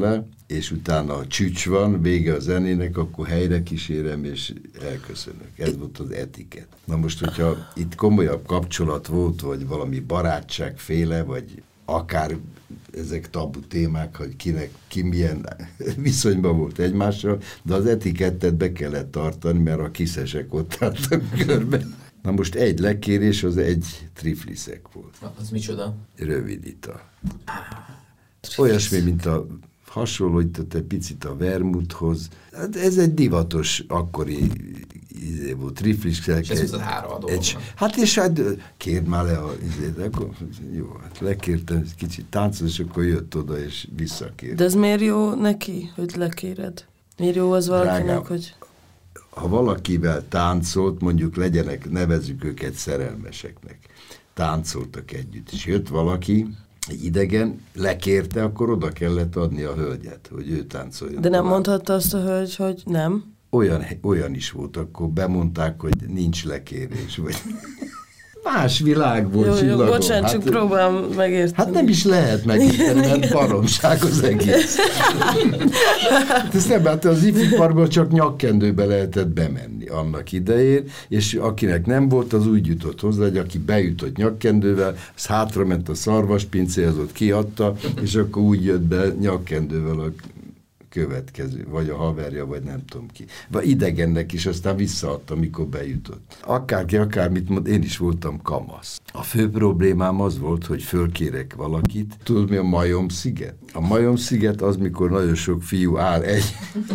és utána a csücs van, vége a zenének, akkor helyre kísérem, és elköszönök. Ez volt az etikett. Na most, hogyha itt komolyabb kapcsolat volt, vagy valami barátságféle, vagy akár ezek tabu témák, hogy kinek, ki milyen viszonyban volt egymással, de az etikettet be kellett tartani, mert a kiszesek ott álltak körben. Na most egy lekérés, az egy trifliszek volt. Az micsoda? Rövidita. Olyasmi, mint a hasonlított egy picit a vermuthoz. Hát ez egy divatos akkori izé volt, trifliszek. És ez viszont három a dolog. Hát és hát kérd már le a izét, akkor jó, hát lekértem, kicsit táncol, és akkor jött oda, és visszakért. De ez miért jó neki, hogy lekéred? Miért jó az valakinek, Drágám, hogy... ha valakivel táncolt, mondjuk legyenek, nevezzük őket szerelmeseknek, táncoltak együtt, és jött valaki, egy idegen, lekérte, akkor oda kellett adni a hölgyet, hogy ő táncoljon. De nem tovább. Mondhatta azt a hölgy, hogy nem? Olyan, olyan is volt, akkor bemondták, hogy nincs lekérés, vagy... Más világ volt, jó, csillagom. Jó, bocsánat, hát, csak próbálom megérteni. Hát nem is lehet megérteni, mert baromság az egész. Hát ezt nem, hát az ifiparban csak nyakkendőbe lehetett bemenni annak idején, és akinek nem volt, az úgy jutott hozzá, hogy aki bejutott nyakkendővel, az hátrament a szarvaspincéhez, ott kiadta, és akkor úgy jött be nyakkendővel a következő, vagy a haverja, vagy nem tudom ki. Vagy idegennek is, aztán visszaadta, mikor bejutott. Akárki, akármit mond, én is voltam kamasz. A fő problémám az volt, hogy fölkérek valakit. Tudod, mi a majom-sziget? A majom-sziget az, mikor nagyon sok fiú áll egy,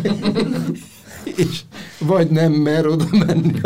és vagy nem mer oda menni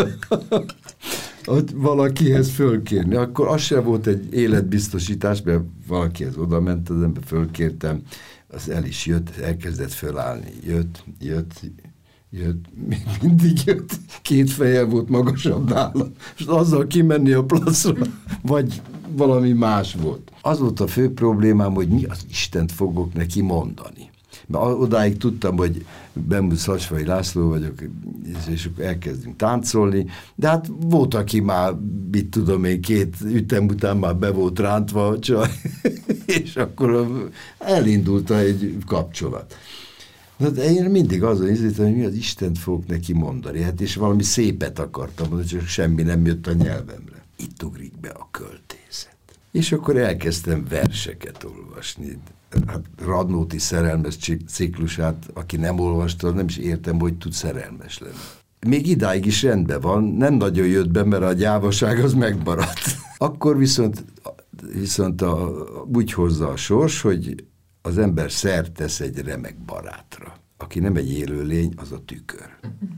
ott valakihez fölkérni. Akkor az sem volt egy életbiztosítás, mert valakihez oda ment, az ember fölkértem, az el is jött, elkezdett fölállni. Jött, jött, jött, még mindig jött. Két fejjel volt magasabb nála. És azzal kimenni a placra, vagy valami más volt. Az volt a fő problémám, hogy mi az Istent fogok neki mondani. Mert odáig tudtam, hogy Bembusz Hacsvai László vagyok, és akkor elkezdünk táncolni, de hát volt, aki már, mit tudom én, két ütem után már be volt rántva a csaj, és akkor elindult egy kapcsolat. De én mindig azon izéltem, hogy mi az Istent fogok neki mondani, hát és valami szépet akartam mondani, csak semmi nem jött a nyelvemre. Itt ugrik be a költészet. És akkor elkezdtem verseket olvasni. Hát Radnóti szerelmes ciklusát, aki nem olvasta, nem is értem, hogy tud szerelmes lenni. Még idáig is rendben van, nem nagyon jött be, mert a gyávaság az megmaradt. Akkor viszont, viszont a, úgy hozza a sors, hogy az ember szert tesz egy remek barátra. Aki nem egy élőlény, az a tükör.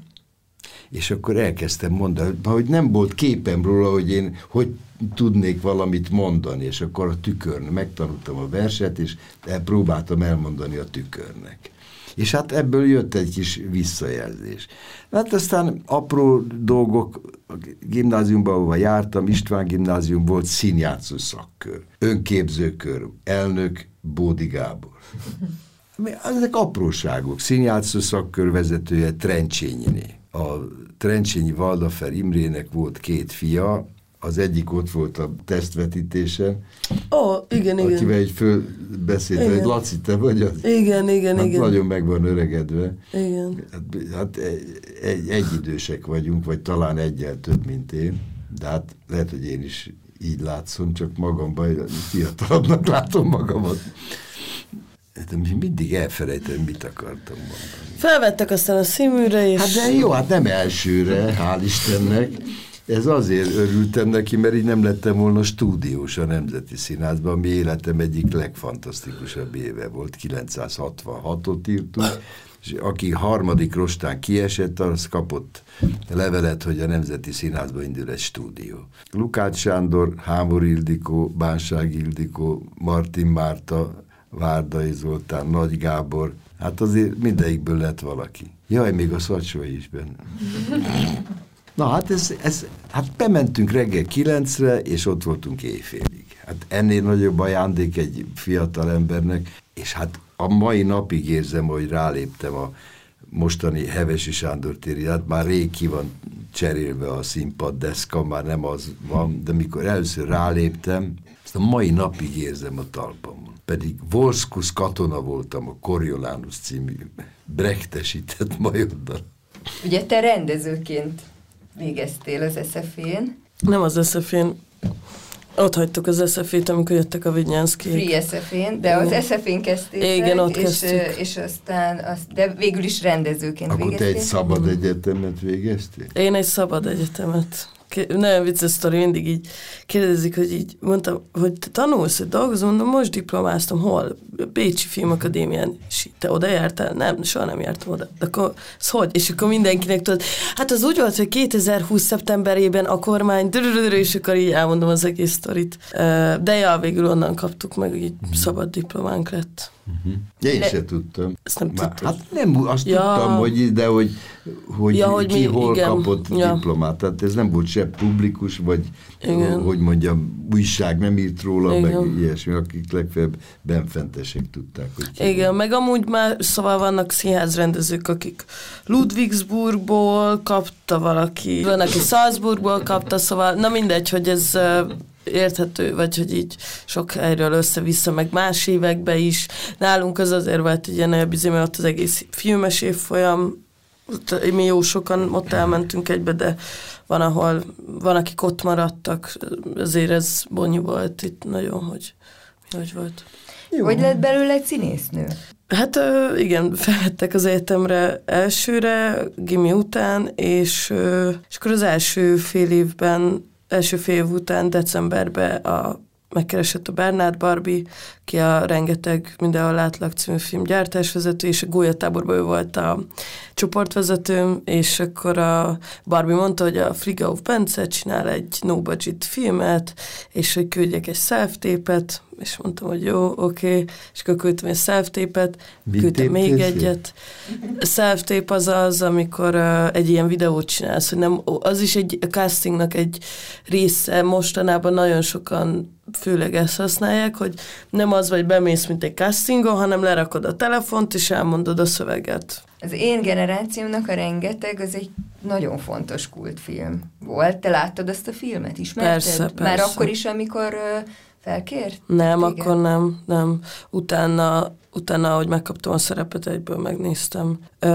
És akkor elkezdtem mondani, hogy nem volt képem róla, hogy én hogy tudnék valamit mondani, és akkor a tükörnek megtanultam a verset, és próbáltam elmondani a tükörnek. És hát ebből jött egy kis visszajelzés. Hát aztán apró dolgok, a gimnáziumban, ahova jártam, István gimnázium volt színjátszó szakkör, önképzőkör, elnök Bódi Gábor. Ezek apróságok, színjátszó szakkör vezetője Trencsényiné. A Trencsényi Valdafer Imrének volt két fia, az egyik ott volt a tesztvetítésen. Ó, oh, igen, igen. Akivel egy fölbeszélt, hogy Laci, te vagy az? Igen, igen, hát igen. Nagyon meg van öregedve. Igen. Hát, hát egy, egyidősek vagyunk, vagy talán egyel több, mint én. De hát lehet, hogy én is így látszom, csak magamban fiatalabbnak látom magamat. De mindig elfelejtem, mit akartam mondani. Felvettek aztán a színműre, és... Hát de jó, hát nem elsőre, hál' Istennek. Ez azért örültem neki, mert így nem lettem volna stúdiós a Nemzeti Színházban, ami életem egyik legfantasztikusabb éve volt, kilencszázhatvanhatot írtunk, és aki harmadik rostán kiesett, az kapott levelet, hogy a Nemzeti Színházban indul egy stúdió. Lukács Sándor, Hámor Ildikó, Bánság Ildikó, Martin Márta, Várdai Zoltán, Nagy Gábor, hát azért mindegyikből lett valaki. Jaj, még a Szacsvai is benne. Na hát, ez, ez, hát bementünk reggel kilencre, és ott voltunk éjfélig. Hát ennél nagyobb ajándék egy fiatal embernek, és hát a mai napig érzem, hogy ráléptem a mostani Hevesi Sándor téri, hát már rég ki van cserélve a színpad deszka, már nem az van, de mikor először ráléptem, ezt a mai napig érzem a talpamon. pedig Volskus katona voltam a Coriolanus című brechtesített majoddal. Ugye te rendezőként végeztél az es ef én. Nem az es ef én. Ott hagytuk az es ef ét, amikor jöttek a Vidnyánszkijék. Free es ef én, de az es ef én kezdtétek, igen, ott és, kezdtük. és aztán, az, de végül is rendezőként Akkor végeztél. te egy szabad egyetemet végeztél? Én egy szabad egyetemet. Nagyon vicces sztori, mindig így kérdezik, hogy így mondtam, hogy te tanulsz, hogy dolgozom, mondom, most diplomáztam, hol? Bécsi Filmakadémián. És te oda jártál? Nem, soha nem jártam oda. De akkor ez hogy? És akkor mindenkinek tudod, hát az úgy volt, hogy kétezer-húsz szeptemberében a kormány, és akkor így elmondom az egész sztorit. De ja, végül onnan kaptuk meg, így szabad diplománk lett. Uh-huh. Én se tudtam. Ezt nem Már, tudtam. hát nem, azt ja. tudtam, hogy, de hogy, hogy ja, hogy ki mi, hol igen. kapott ja. diplomát. Tehát ez nem volt se publikus, vagy igen. hogy mondjam, újság nem írt róla, igen. meg ilyesmi, akik legfeljebb benfentesek tudták, hogy ki. Igen, meg amúgy már szóval vannak színházrendezők, akik Ludwigsburgból kapta valaki, van, aki Salzburgból kapta, szóval na mindegy, hogy ez érthető, vagy hogy így sok helyről össze-vissza, meg más években is. Nálunk az azért volt egy ilyen nagyobb izé, mert ott az egész filmes évfolyam, mi jó sokan ott elmentünk egybe, de van, ahol van, akik ott maradtak, azért ez bonyu volt itt nagyon, hogy mi hogy volt. Jó. Hogy lett belőle egy színésznő? Hát igen, felvettek az egyetemre elsőre, gimi után, és, és akkor az első fél évben, első fél év után decemberben a, megkeresett a Bernard Barbie, ki a Rengeteg Mindenhol Látlak című film gyártásvezető, és a Gólyatáborban ő volt a csoportvezetőm, és akkor a Barbie mondta, hogy a Frigauf Bence csinál egy no-budget filmet, és hogy küldjek egy self-tape-et, és mondtam, hogy jó, oké, okay. És akkor küldtem egy self-tape-et, küldtem még teszi? egyet. A self-tape az az, amikor uh, egy ilyen videót csinálsz, hogy nem, az is egy a castingnak egy része, mostanában nagyon sokan főleg ezt használják, hogy nem az vagy bemész, mint egy castingon, hanem lerakod a telefont, és elmondod a szöveget. Az én generációmnak a Rengeteg, az egy nagyon fontos kultfilm volt. Te láttad azt a filmet? Ismerted? Persze, persze. Már akkor is, amikor uh, felkért? Nem, igen. akkor nem, nem. Utána, utána, ahogy megkaptam a szerepet, egyből megnéztem.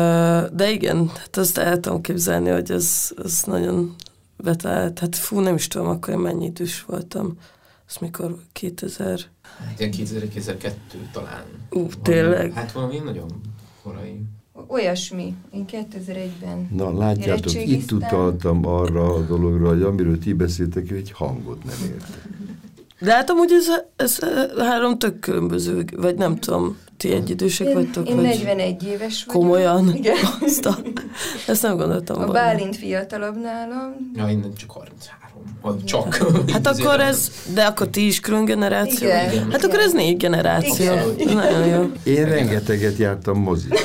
De igen, hát azt el tudom képzelni, hogy ez, ez nagyon betalált. Hát fú, nem is tudom, akkor én mennyi idős voltam. Ez mikor kétezer? Hát ilyen kétezer-kétezer-kettő talán. Ú, tényleg? Hát valami nagyon korai. Olyasmi. Én kétezer-egyben Na, látjátok, itt utaltam arra a dologra, hogy amiről ti beszéltek, hogy egy hangot nem értek. De hát amúgy ez, ez három tök különböző, vagy nem tudom, ti egyidősek vagytok? Én vagy negyvenegy éves vagyok. Komolyan? Igen. Azt a, ezt nem gondoltam A volna. Bálint fiatalabb nálam. Ja, innen csak harminchárom. Vagy csak. Hát akkor ez, de akkor ti is külön generáció? Igen. Hát igen. akkor ez négy generáció. Igen. Nagyon jó. Én rengeteget jártam moziba.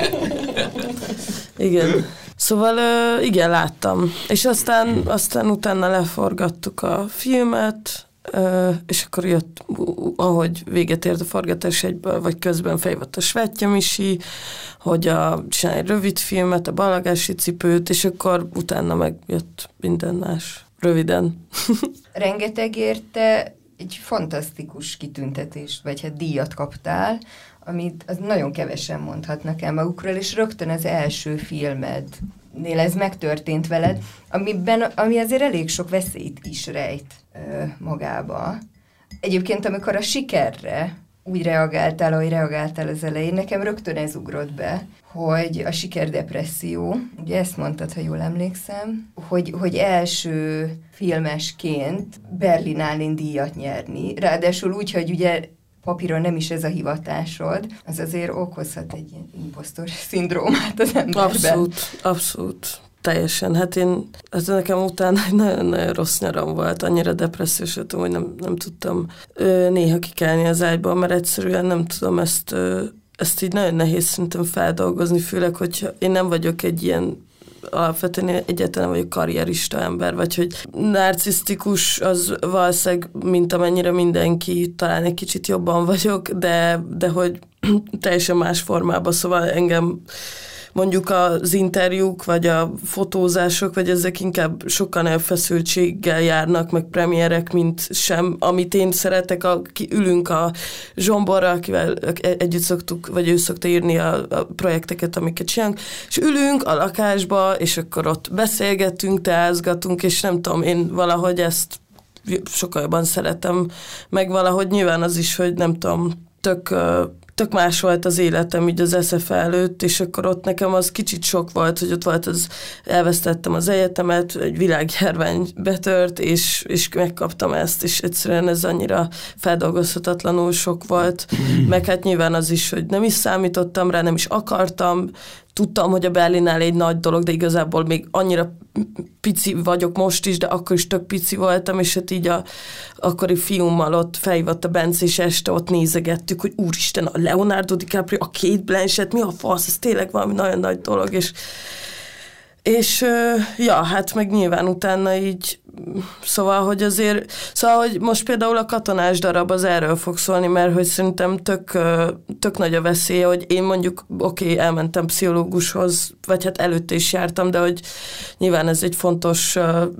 Igen. Szóval igen, láttam. És aztán, aztán utána leforgattuk a filmet, és akkor jött, ahogy véget ért a forgatás egyből, vagy közben feljött a Svetty Misi, hogy a, csinálj egy rövid filmet, a Ballagási cipőt, és akkor utána megjött minden más. Röviden. Rengetegért te egy fantasztikus kitüntetést, vagy hát díjat kaptál, amit az nagyon kevesen mondhatnak el magukról, és rögtön az első filmednél ez megtörtént veled, amiben, ami azért elég sok veszélyt is rejt ö, magába. Egyébként, amikor a sikerre úgy reagáltál, ahogy reagáltál az elején, nekem rögtön ez ugrott be, hogy a sikerdepresszió, ugye ezt mondtad, ha jól emlékszem, hogy, hogy első filmesként Berlinálén díjat nyerni, ráadásul úgy, hogy ugye papíron nem is ez a hivatásod, az azért okozhat egy ilyen imposztor szindrómát az emberben. Abszolút, abszolút. Teljesen. Hát én, hát nekem utána egy nagyon-nagyon rossz nyaram volt, annyira depressziós voltam, hogy nem, nem tudtam ö, néha kikelni az ágyból, mert egyszerűen nem tudom ezt, ö, ezt így nagyon nehéz szerintem feldolgozni, főleg, hogyha én nem vagyok egy ilyen alapvetően egyáltalán vagyok karrierista ember, vagy hogy narcisztikus az valószínűleg, mint amennyire mindenki, talán egy kicsit jobban vagyok, de, de hogy teljesen más formában, szóval engem mondjuk az interjúk, vagy a fotózások, vagy ezek inkább sokkal nagyobb feszültséggel járnak, meg premierek, mint sem, amit én szeretek, aki ülünk a Zsomborral, akivel együtt szoktuk, vagy ő szokta írni a, a projekteket, amiket csinálunk, és ülünk a lakásba, és akkor ott beszélgetünk, teázgatunk, és nem tudom, én valahogy ezt sokkal jobban szeretem, meg valahogy nyilván az is, hogy nem tudom, tök, tök más volt az életem így az es ef előtt, és akkor ott nekem az kicsit sok volt, hogy ott volt az, elvesztettem az egyetemet, egy világjárvány betört, és, és megkaptam ezt, és egyszerűen ez annyira feldolgozhatatlanul sok volt, meg hát nyilván az is, hogy nem is számítottam rá, nem is akartam, tudtam, hogy a Berlinale egy nagy dolog, de igazából még annyira pici vagyok most is, de akkor is tök pici voltam, és hát így a akkori fiúmmal ott felhívott a Bence, és este ott nézegettük, hogy úristen, a Leonardo DiCaprio, a Kate Blanchett, mi a fasz, ez tényleg valami nagyon nagy dolog, és és ja, hát meg nyilván utána így, szóval, hogy azért, szóval, hogy most például a Katonás darab az erről fog szólni, mert hogy szerintem tök, tök nagy a veszélye, hogy én mondjuk, oké, okay, elmentem pszichológushoz, vagy hát előtte is jártam, de hogy nyilván ez egy fontos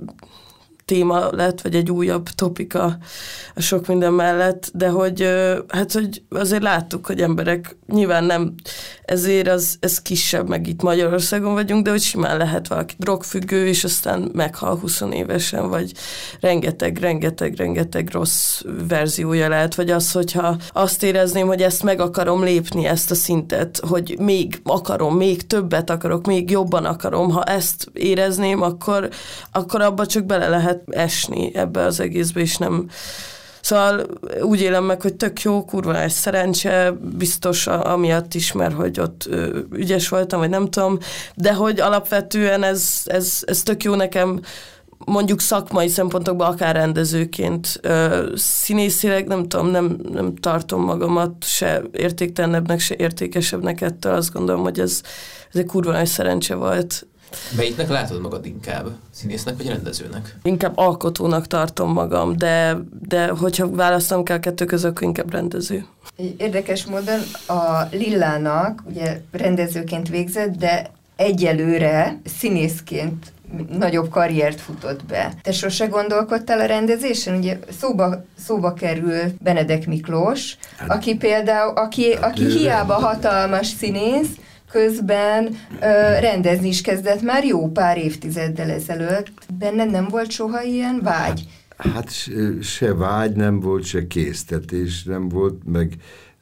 téma lett, vagy egy újabb topika a sok minden mellett, de hogy hát, hogy azért láttuk, hogy emberek nyilván nem, ezért az, ez kisebb, meg itt Magyarországon vagyunk, de hogy simán lehet valaki drogfüggő, és aztán meghal húsz évesen, vagy rengeteg, rengeteg, rengeteg rossz verziója lehet, vagy az, hogyha azt érezném, hogy ezt meg akarom lépni, ezt a szintet, hogy még akarom, még többet akarok, még jobban akarom, ha ezt érezném, akkor, akkor abba csak bele lehet esni ebbe az egészbe, és nem... Szóval úgy élem meg, hogy tök jó, kurva egy szerencse, biztos amiatt is, mert hogy ott ö, ügyes voltam, vagy nem tudom, de hogy alapvetően ez, ez, ez tök jó nekem, mondjuk szakmai szempontokban, akár rendezőként, ö, színészileg, nem tudom, nem, nem tartom magamat se értéktelenebbnek, se értékesebbnek ettől, azt gondolom, hogy ez, ez egy kurva nagy szerencse volt. Melyiknek látod magad inkább? Színésznek vagy rendezőnek? Inkább alkotónak tartom magam, de, de hogyha választom kell kettő között, akkor inkább rendező. Érdekes módon a Lillának ugye rendezőként végzett, de egyelőre színészként nagyobb karriert futott be. Te sose gondolkodtál a rendezésen? Ugye szóba, szóba kerül Benedek Miklós, hát, aki például, aki, hát aki hiába hatalmas színész, közben ö, rendezni is kezdett már jó pár évtizeddel ezelőtt. Benned nem volt soha ilyen vágy? Hát, hát se, se vágy nem volt, se késztetés nem volt, meg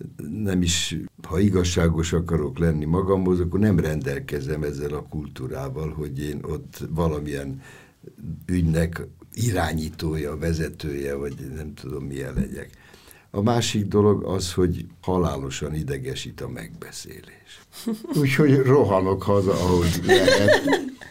nem is, ha igazságos akarok lenni magamhoz, akkor nem rendelkezem ezzel a kultúrával, hogy én ott valamilyen ügynek irányítója, vezetője, vagy nem tudom milyen legyek. A másik dolog az, hogy halálosan idegesít a megbeszélés. Úgyhogy rohanok haza, ahogy lehet.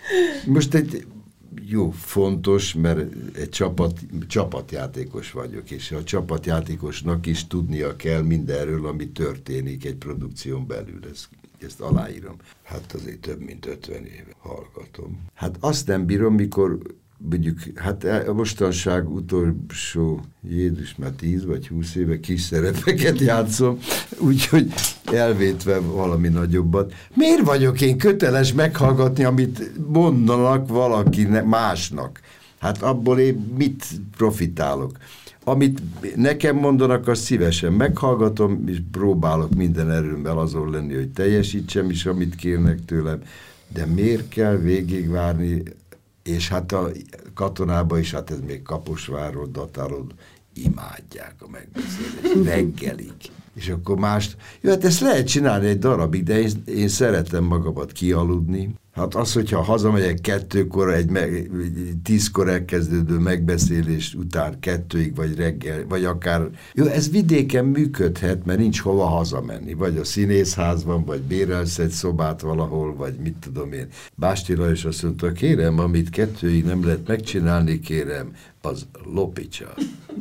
Most egy jó, fontos, mert egy csapat, csapatjátékos vagyok, és a csapatjátékosnak is tudnia kell mindenről, ami történik egy produkción belül. Ezt, ezt aláírom. Hát azért több mint ötven éve hallgatom. Hát azt nem bírom, mikor mondjuk, hát a mostanság utolsó, Jézus, már tíz vagy húsz éve kis szerepeket játszom, úgyhogy elvétve valami nagyobbat. Miért vagyok én köteles meghallgatni, amit mondanak valaki másnak? Hát abból én mit profitálok? Amit nekem mondanak, azt szívesen meghallgatom, és próbálok minden erőmmel azon lenni, hogy teljesítsem is, amit kérnek tőlem, de miért kell végigvárni? És hát a katonában is, hát ez még Kaposvárról datálod, imádják a megbeszélést, reggelig. És akkor mást, jó, hát ezt lehet csinálni egy darabig, de én, én szeretem magamat kialudni. Hát az, hogyha hazamegyek kettőkor, egy, meg, egy tízkor elkezdődő megbeszélés után kettőig, vagy reggel, vagy akár, jó, ez vidéken működhet, mert nincs hova hazamenni, vagy a színészházban, vagy bérelsz egy szobát valahol, vagy mit tudom én. Básti Lajos azt mondta, kérem, amit kettőig nem lehet megcsinálni, kérem, az lopicsa.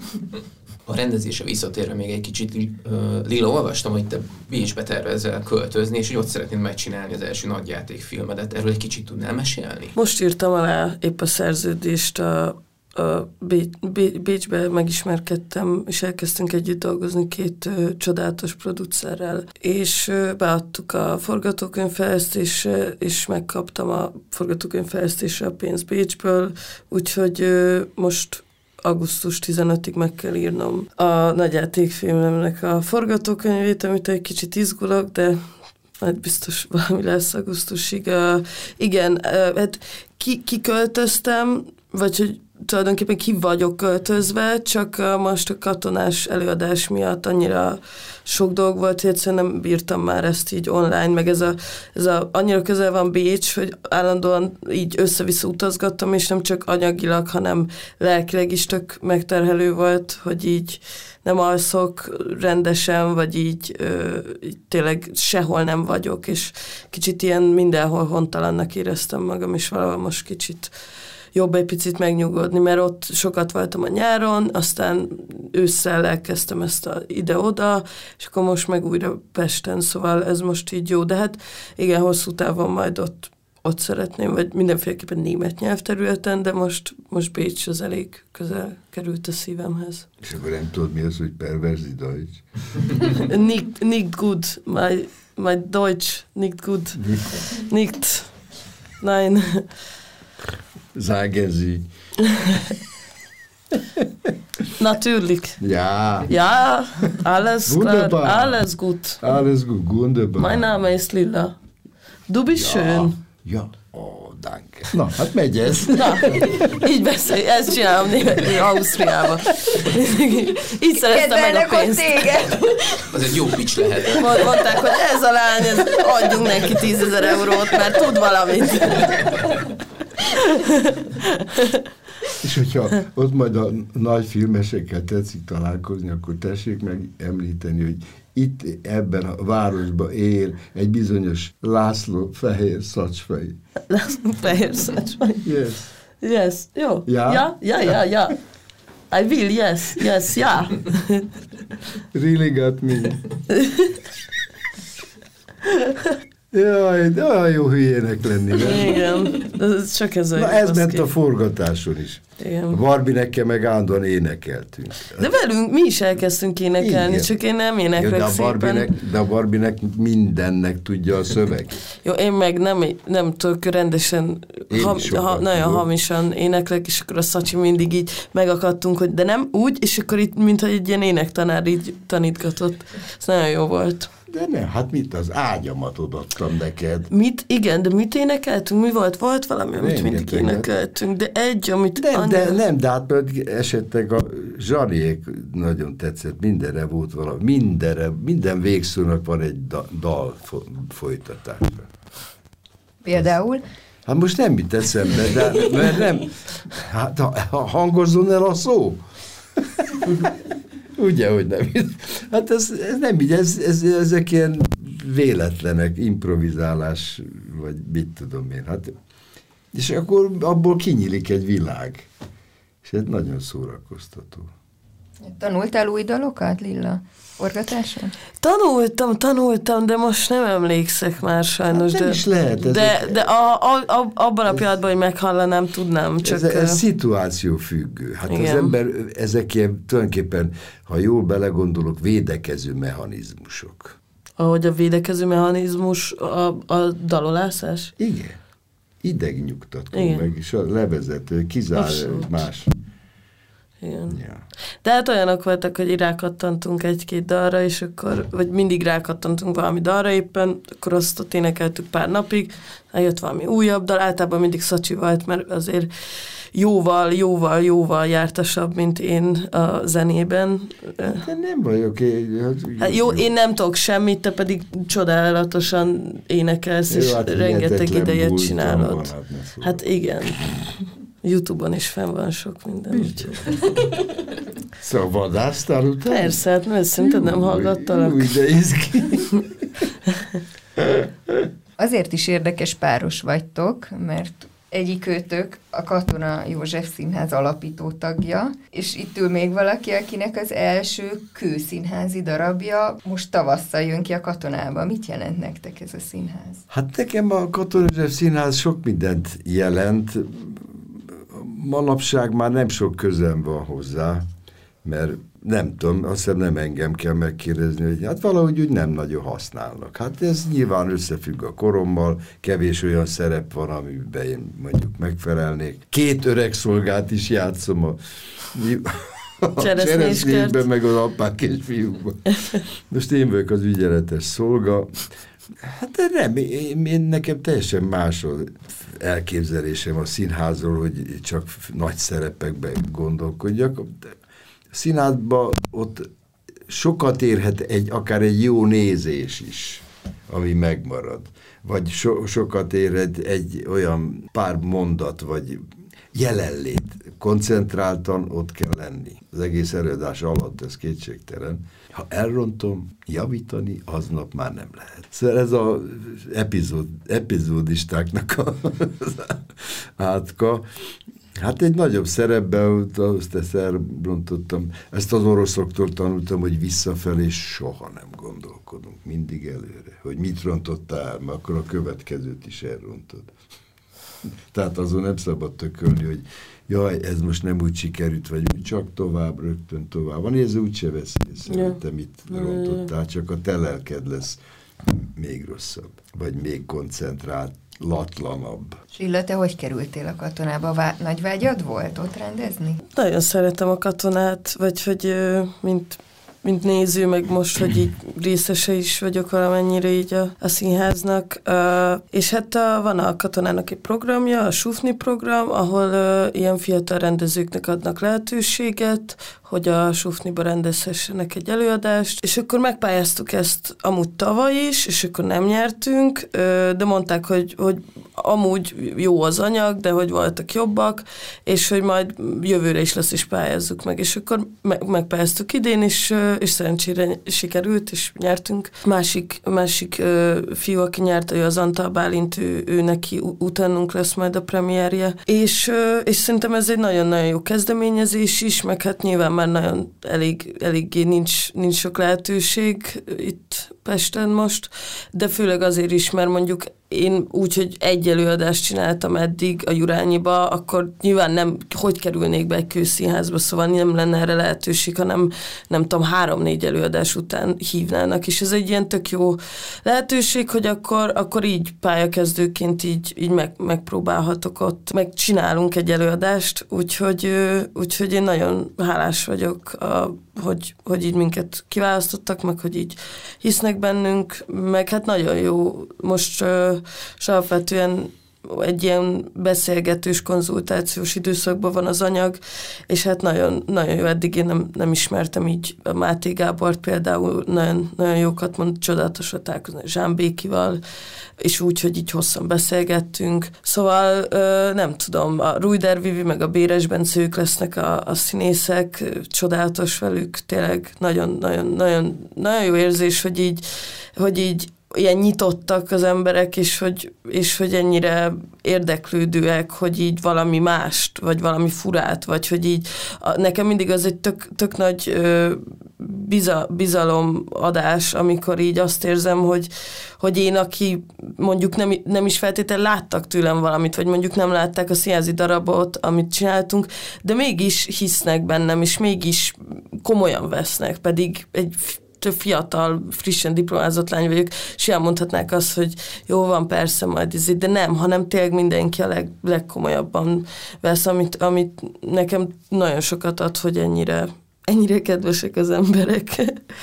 A rendezésre visszatérve még egy kicsit, uh, Lila, olvastam, hogy te Bécsbe tervezel költözni, és hogy ott szeretnéd megcsinálni az első nagyjátékfilmedet. Erről egy kicsit tudnál mesélni? Most írtam alá épp a szerződést a, Bé- Bécsbe megismerkedtem, és elkezdtünk együtt dolgozni két ö, csodálatos producerrel, és ö, beadtuk a forgatókönyvfejlesztésre, és megkaptam a forgatókönyvfejlesztésre a pénzt Bécsből, úgyhogy ö, most augusztus tizenötödikéig meg kell írnom a nagyjátékfilmemnek a forgatókönyvét, amit egy kicsit izgulok, de majd biztos valami lesz augusztusig. Uh, igen, uh, hát ki, kiköltöztem, vagy hogy tulajdonképpen ki vagyok költözve, csak uh, most a katonás előadás miatt annyira sok dolg volt, hogy egyszerűen nem bírtam már ezt így online, meg ez a, ez a annyira közel van Bécs, hogy állandóan így össze-vissza utazgattam, és nem csak anyagilag, hanem lelkileg is tök megterhelő volt, hogy így nem alszok rendesen, vagy így, ö, így tényleg sehol nem vagyok, és kicsit ilyen mindenhol hontalannak éreztem magam, és valahol most kicsit jobb egy picit megnyugodni, mert ott sokat voltam a nyáron, aztán ősszel elkezdtem ezt a ide-oda, és akkor most meg újra Pesten, szóval ez most így jó, de hát igen, hosszú távon majd ott, ott szeretném, vagy mindenféleképpen német nyelvterületen, de most, most Bécs az elég közel került a szívemhez. És akkor nem tudod, mi az, hogy perversi Deutsch? nicht, nicht gut, my, my Deutsch, nicht gut. Nicht. Nein. Sagen Sie. Natürlich. Ja. Ja, alles Wunderbar. klar, alles gut. Alles gut, wunderbar. Mein Name ist Lilla. Du bist ja. schön. Ja, oh, danke. Na, hát megy ez. Na, így beszélj, ezt csinálom Ausztriában. Így szereztem meg a pénzt. Az egy jó pitch lehet. Mondták, hogy ez a lány, ez, adjunk neki tízezer eurót, mert tud valamit. És hogyha ott majd a nagy filmesekkel tetszik találkozni, akkor tessék meg említeni, hogy itt ebben a városban él egy bizonyos László Fehér Szacsfej. László Fehér Szacsfej? Yes. Yes, jó. Ja? Ja, ja, ja, ja. I will, yes, yes, ja. Really got me. Jaj, de olyan jó hülyének lenni. Nem? Igen, ez csak ez a... Na ez ment ki a forgatáson is. Igen. A Barbinekkel meg állandóan énekeltünk. De velünk mi is elkezdtünk énekelni, igen. Csak én nem éneklek ja, de, a szépen. Barbinek, de a Barbinek mindennek tudja a szöveg. Jó, én meg nem, nem tudok rendesen, ha, ha, nagyon tudom. hamisan éneklek, és akkor a Szacsi mindig így megakadtunk, hogy de nem úgy, és akkor itt, mintha egy ilyen énektanár így tanítgatott. Ez nagyon jó volt. De nem, hát mit az ágyamat odaadtam neked. Mit? Igen, de mit énekeltünk? Mi volt? Volt valami, amit nem, mindig énekeltünk, de egy, amit... Nem, annyira... de nem, de hát esetleg a Zsaniék nagyon tetszett, mindenre volt valami, mindenre, minden végszónak van egy da, dal folytatása. Például? Hát most nem mit eszembe, de mert nem, hát ha, hangozzon el a szó. Ugye, hogy nem. Hát ez, ez nem így, ez, ez, ezek ilyen véletlenek, improvizálás, vagy mit tudom én. Hát, és akkor abból kinyílik egy világ. És ez nagyon szórakoztató. Tanultál új dalokat, Lilla? Forgatáson? Tanultam, tanultam, de most nem emlékszek már sajnos. Hát nem de, is lehet. De, ezek, de a, a, a, abban a pillanatban, hogy meghallanám, tudnám. Csak ez, ez szituáció függő. Hát igen. Az ember, ezek ilyen, tulajdonképpen, ha jól belegondolok, védekező mechanizmusok. Ahogy a védekező mechanizmus a, a dalolászás? Igen. Idegnyugtató, meg is a levezető, kizár Abszolút. Más. Igen. Ja. De hát olyanok voltak, hogy rákattantunk egy-két dalra, és akkor, vagy mindig rákattantunk valami dalra éppen, akkor azt ott énekeltük pár napig, eljött valami újabb dal, általában mindig Szacsi volt, mert azért jóval, jóval, jóval jártasabb, mint én a zenében. De nem vagyok én. Hát jó, én nem tudok semmit, te pedig csodálatosan énekelsz, jó, és hát rengeteg ideje csinálod. Van, hát, hát igen. YouTube-on is fenn van sok minden. Szóval vadásztál utána? Persze, hát mert szerinted nem hallgattalak. Új, de izgi. Azért is érdekes páros vagytok, mert egyikőtök a Katona József Színház alapító tagja, és itt ül még valaki, akinek az első kőszínházi darabja most tavasszal jön ki a Katonába. Mit jelent nektek ez a színház? Hát nekem a Katona József Színház sok mindent jelent. manapság már nem sok közem van hozzá, mert nem tudom, azt hiszem nem engem kell megkérdezni, hogy hát valahogy úgy nem nagyon használnak. Hát ez nyilván összefügg a korommal, kevés olyan szerep van, amiben én mondjuk megfelelnék. Két öreg szolgát is játszom a, a Cseresznyésben, meg az apák és fiúkban. Most én vagyok az ügyeletes szolga. Hát nem, én, én nekem teljesen más az elképzelésem a színházról, hogy csak nagy szerepekben gondolkodjak. A színházban ott sokat érhet egy, akár egy jó nézés is, ami megmarad. Vagy so, sokat érhet egy olyan pár mondat, vagy jelenlét. Koncentráltan ott kell lenni. Az egész előadás alatt, ez kétségtelen. Ha elrontom, javítani aznap már nem lehet. Szóval ez az epizód, epizódistáknak az átka. Hát egy nagyobb szerepben, azt ezt elrontottam. Ezt az oroszoktól tanultam, hogy visszafelé soha nem gondolkodunk, mindig előre. Hogy mit rontottál el, mert akkor a következőt is elrontod. Tehát azon nem szabad tökölni, hogy jaj, ez most nem úgy sikerült, vagy csak tovább, rögtön tovább. Van, ez úgyse veszi, szerintem mit rontottál, csak a te lelked lesz még rosszabb, vagy még koncentrált, latlanabb. Silla, te hogy kerültél a katonába? Vá- nagy vágyad volt ott rendezni? Nagyon szeretem a katonát, vagy hogy mint, mint néző, meg most, hogy így részese is vagyok valamennyire így a, a színháznak. Uh, és hát a, van a katonának egy programja, a Sufni program, ahol uh, ilyen fiatal rendezőknek adnak lehetőséget, hogy a Sufniba rendezhessenek egy előadást, és akkor megpályáztuk ezt amúgy tavaly is, és akkor nem nyertünk, de mondták, hogy, hogy amúgy jó az anyag, de hogy voltak jobbak, és hogy majd jövőre is lesz, és pályázzuk meg. És akkor meg, megpályáztuk idén, és, és szerencsére sikerült, és nyertünk. Másik, másik fiú, aki nyert, ő az Antal Bálint, ő, ő neki utánunk lesz majd a premierje. És, és szerintem ez egy nagyon-nagyon jó kezdeményezés is, meg hát nyilván már nagyon elég, eléggé nincs, nincs sok lehetőség itt Pesten most, de főleg azért is, mert mondjuk én úgy, hogy egy előadást csináltam eddig a Jurányiba, akkor nyilván nem, hogy kerülnék be egy kőszínházba, szóval nem lenne erre lehetőség, hanem nem tudom, három-négy előadás után hívnának, és ez egy ilyen tök jó lehetőség, hogy akkor, akkor így pályakezdőként így, így meg, megpróbálhatok ott, megcsinálunk egy előadást, úgyhogy, úgyhogy én nagyon hálás vagyok, a, hogy, hogy így minket kiválasztottak, meg hogy így hisznek bennünk, meg hát nagyon jó most és alapvetően egy ilyen beszélgetős, konzultációs időszakban van az anyag, és hát nagyon, nagyon jó, eddig én nem, nem ismertem így a Máté Gábort például, nagyon, nagyon jókat mond, csodálatosat találkozni Zsán Békival, és úgy, hogy így hosszan beszélgettünk. Szóval nem tudom, a Rújder Vivi meg a Béres Bence, ők lesznek a, a színészek, csodálatos velük, tényleg nagyon, nagyon, nagyon, nagyon jó érzés, hogy így, hogy így ilyen nyitottak az emberek, és hogy, és hogy ennyire érdeklődőek, hogy így valami mást, vagy valami furát, vagy hogy így a, nekem mindig az egy tök, tök nagy ö, biza, bizalomadás, amikor így azt érzem, hogy, hogy én, aki mondjuk nem, nem is feltétlenül láttak tőlem valamit, vagy mondjuk nem látták a színházi darabot, amit csináltunk, de mégis hisznek bennem, és mégis komolyan vesznek, pedig egy több fiatal, frissen diplomázott lány vagyok, és elmondhatnák azt, hogy jó van, persze, majd ez, de nem, hanem tényleg mindenki a leg, legkomolyabban vesz, amit, amit nekem nagyon sokat ad, hogy ennyire, ennyire kedvesek az emberek.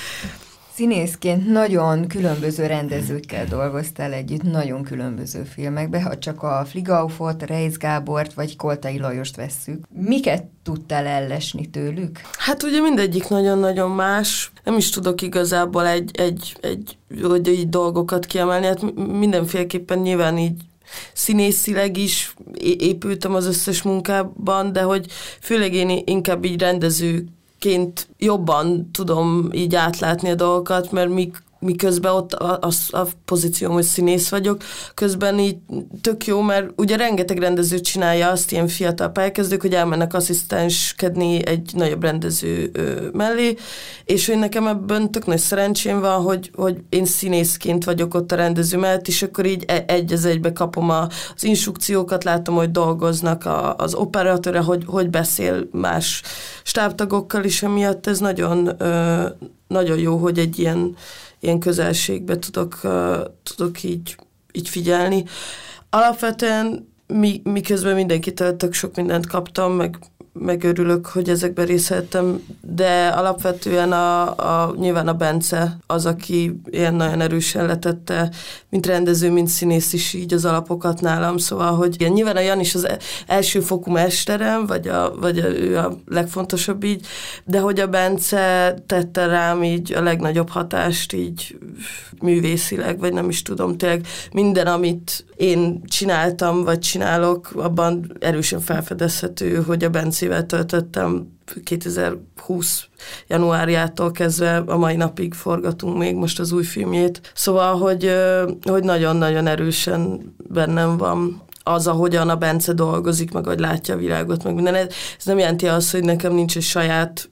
Színészként nagyon különböző rendezőkkel dolgoztál együtt, nagyon különböző filmekben, ha csak a Fligaufot, Reisz Gábort vagy Koltai Lajost vesszük. Miket tudtál ellesni tőlük? Hát ugye mindegyik nagyon-nagyon más. Nem is tudok igazából egy, egy, egy, egy, egy dolgokat kiemelni. Hát mindenféleképpen nyilván így színészileg is épültem az összes munkában, de hogy főleg én inkább így rendező ként jobban tudom így átlátni a dolgokat, mert míg miközben ott a, a, a pozícióm, hogy színész vagyok, közben így tök jó, mert ugye rengeteg rendező csinálja azt, ilyen fiatal pályakezdők, hogy elmennek asszisztenskedni egy nagyobb rendező ö, mellé, és hogy nekem ebben tök nagy szerencsém van, hogy, hogy én színészként vagyok ott a rendező mellett, és akkor így egy az egybe kapom a, az instrukciókat, látom, hogy dolgoznak a, az operatőre, hogy, hogy beszél más stábtagokkal, és emiatt ez nagyon, ö, nagyon jó, hogy egy ilyen ilyen közelségbe tudok, uh, tudok így, így figyelni. Alapvetően mi, miközben mindenkitől tök sok mindent kaptam, meg, meg örülök, hogy ezekben részt vettem, de alapvetően a, a, nyilván a Bence az, aki ilyen nagyon erősen letette, mint rendező, mint színész is így az alapokat nálam, szóval, hogy igen, nyilván a Jan is az elsőfokú mesterem, vagy, a, vagy a, ő a legfontosabb így, de hogy a Bence tette rám így a legnagyobb hatást így művészileg, vagy nem is tudom, tényleg minden, amit én csináltam, vagy csinálok, abban erősen felfedezhető, hogy a Bencével töltöttem kétezer-húsz januárjától kezdve a mai napig forgatunk még most az új filmjét. Szóval, hogy, hogy nagyon-nagyon erősen bennem van az, ahogyan a Bence dolgozik, meg hogy látja a világot, meg minden. Ez nem jelenti azt, hogy nekem nincs egy saját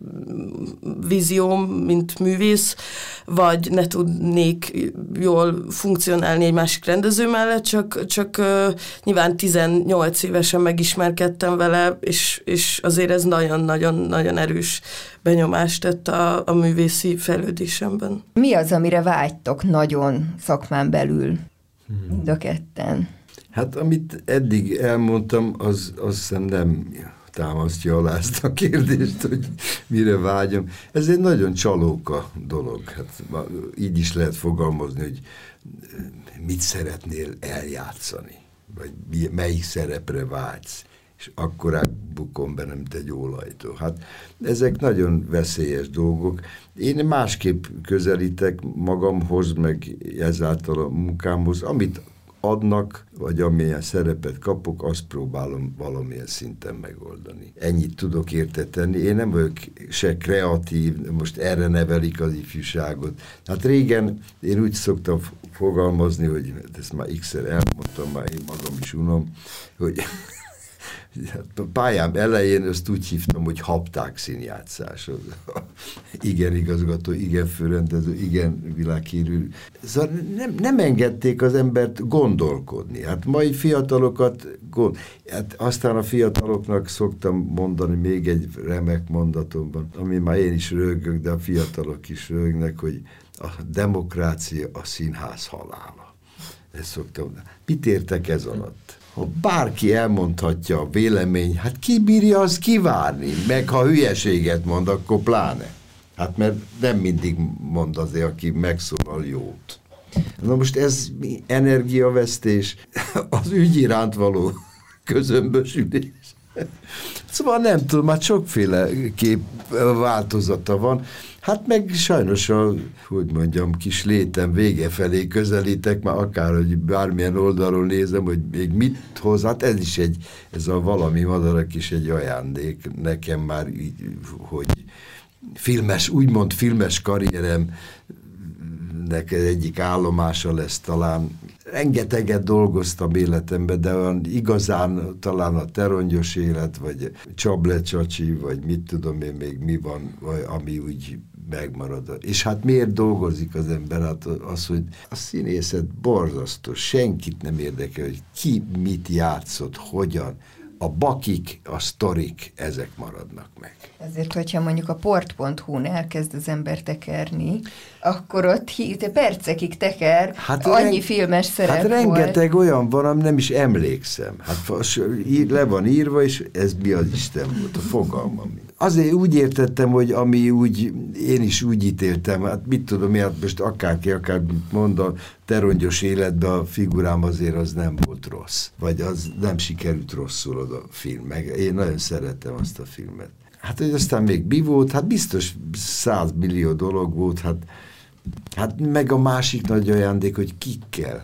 vízióm, mint művész, vagy ne tudnék jól funkcionálni egy másik rendező mellett, csak, csak uh, nyilván tizennyolc évesen megismerkedtem vele, és, és azért ez nagyon-nagyon-nagyon erős benyomást tett a, a művészi fejlődésemben. Mi az, amire vágytok nagyon szakmán belül, mind a ketten? Hát amit eddig elmondtam, az azt hiszem nem támasztja alá ezt a kérdést, hogy mire vágyom. Ez egy nagyon csalóka dolog. Hát így is lehet fogalmazni, hogy mit szeretnél eljátszani, vagy melyik szerepre vágysz, és akkor bukom be, nem egy ólajtó. Hát ezek nagyon veszélyes dolgok. Én másképp közelítek magamhoz, meg ezáltal a munkámhoz, amit adnak, vagy amilyen szerepet kapok, azt próbálom valamilyen szinten megoldani. Ennyit tudok érte tenni. Én nem vagyok se kreatív, most erre nevelik az ifjúságot. Hát régen én úgy szoktam fogalmazni, hogy ezt már x-szer elmondtam, már én magam is unom, hogy a pályám elején ezt úgy hívtam, hogy hapták színjátszás. Igen igazgató, igen főrendező, igen világhírű. Szóval nem, nem engedték az embert gondolkodni. Hát mai fiatalokat, gond... hát aztán a fiataloknak szoktam mondani még egy remek mondatomban, ami már én is röhögök, de a fiatalok is röhögnek, hogy a demokrácia a színház halála. Ezt szoktam. Mit értek ez alatt? Ha bárki elmondhatja a vélemény, hát ki bírja azt kivárni, meg ha hülyeséget mond, akkor pláne. Hát mert nem mindig mond azért, aki megszólal jót. Na most ez energiavesztés, az ügy iránt való közömbösülés. Szóval nem tudom, már sokféle kép változata van. Hát meg sajnos a, hogy mondjam, kis létem vége felé közelítek, már akár, hogy bármilyen oldalról nézem, hogy még mit hoz, hát ez is egy, ez a valami madarak is egy ajándék nekem már így, hogy filmes, úgymond filmes karrierem neked egyik állomása lesz talán. Rengeteget dolgoztam életemben, de olyan igazán talán a Terongyos élet, vagy Csable Csacsi, vagy mit tudom én még mi van, ami úgy megmarad. És hát miért dolgozik az ember? Hát az, hogy a színészet borzasztó, senkit nem érdekel, hogy ki mit játszott, hogyan. A bakik, a sztorik, ezek maradnak meg. Ezért, hogyha mondjuk a port pont hu-n elkezd az ember tekerni, akkor ott hí- percekig teker, hát annyi reng- filmes szerep Hát rengeteg volt. Olyan van, ami nem is emlékszem. Hát le van írva, és ez mi az Isten volt, a fogalmam. Azért úgy értettem, hogy ami úgy, én is úgy ítéltem, hát mit tudom, hát most akárki, akár mond a Terongyos életben a figurám azért az nem volt rossz. Vagy az nem sikerült rosszul az a film. Meg én nagyon szerettem azt a filmet. Hát, hogy aztán még mi volt? Hát biztos száz millió dolog volt, hát, hát meg a másik nagy ajándék, hogy kikkel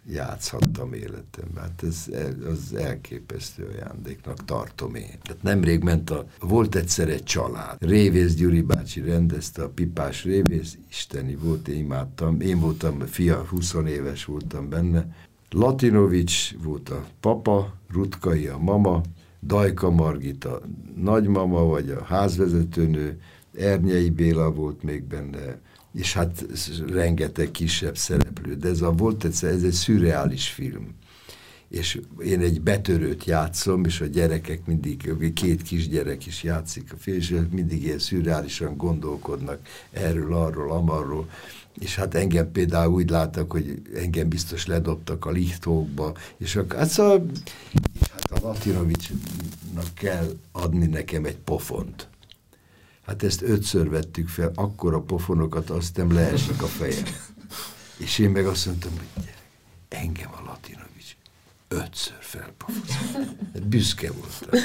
játszhattam életemben. Hát ez az elképesztő ajándéknak tartom én. Tehát nemrég ment a, volt egyszer egy család. Révész Gyuri bácsi rendezte, a Pipás Révész, isteni volt, én imádtam. Én voltam, fia, húsz éves voltam benne. Latinovics volt a papa, Rutkai a mama, Dajka Margit a nagymama, vagy a házvezetőnő, Ernyei Béla volt még benne, és hát rengeteg kisebb szereplő, de ez a volt egyszer, ez egy szürreális film. És én egy betörőt játszom, és a gyerekek mindig, két kisgyerek is játszik a film, és mindig ilyen szürreálisan gondolkodnak erről, arról, amarról. És hát engem például úgy láttak, hogy engem biztos ledobtak a liftókba, és akkor, hát szóval, és hát a Latinovicsnak kell adni nekem egy pofont. Hát ezt ötször vettük fel, akkora pofonokat, aztán leesik a fejem. És én meg azt mondtam, hogy gyere, engem a Latinovics ötször felpofozott. Hát büszke voltam.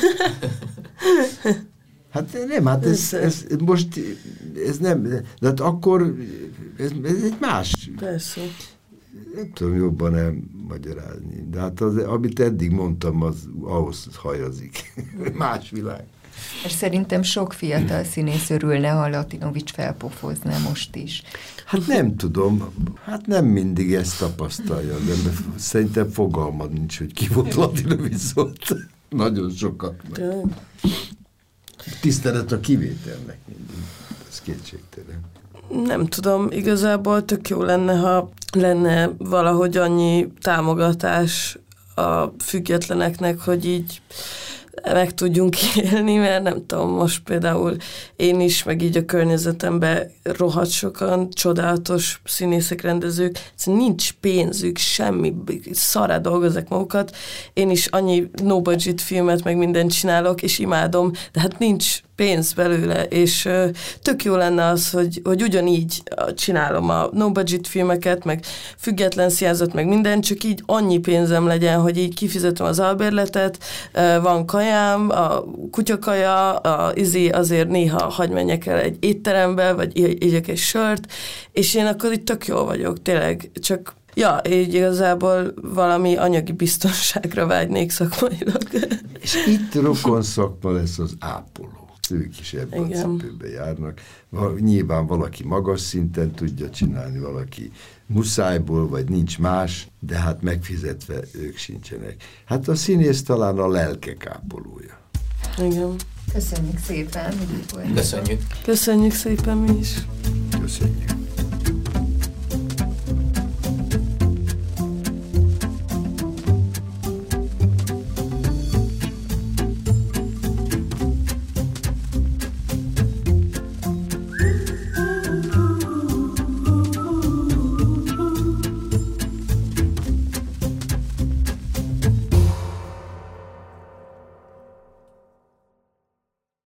Hát nem, hát ez, ez most, ez nem, de hát akkor ez, ez egy más. Persze. Nem tudom jobban elmagyarázni, de hát az, amit eddig mondtam, az ahhoz hajazik. Más világ. És szerintem sok fiatal színész örülne, ha Latinovics felpofozná most is. Hát nem tudom, hát nem mindig ezt tapasztalja, de szerintem fogalmad nincs, hogy ki volt Latinovics szólt. Nagyon sokaknak. Tisztelet a kivételnek mindig. Ez kétségtelen. Nem tudom, igazából tök jó lenne, ha lenne valahogy annyi támogatás a függetleneknek, hogy így meg tudjunk élni, mert nem tudom, most például én is, meg így a környezetemben rohadt sokan csodálatos színészek, rendezők, nincs pénzük, semmi, szarrá dolgozzák magukat. Én is annyi no-budget filmet, meg mindent csinálok, és imádom, de hát nincs pénz belőle, és uh, tök jó lenne az, hogy, hogy ugyanígy csinálom a no-budget filmeket, meg független színházat, meg minden, csak így annyi pénzem legyen, hogy így kifizetem az albérletet, uh, van kajám, a kutyakaja, a, izé azért néha hagy menjek el egy étterembe, vagy ígyek egy sört, és én akkor itt tök jól vagyok, tényleg, csak ja, így igazából valami anyagi biztonságra vágynék szakmailag. És itt rokon szakma lesz az ápoló. Ők is ebben a cipőben járnak. Nyilván valaki magas szinten tudja csinálni, valaki muszájból, vagy nincs más, de hát megfizetve ők sincsenek. Hát a színész talán a lelkek ápolója. Igen. Köszönjük szépen, hogy itt voltatok. Köszönjük. Köszönjük szépen mi is. Köszönjük.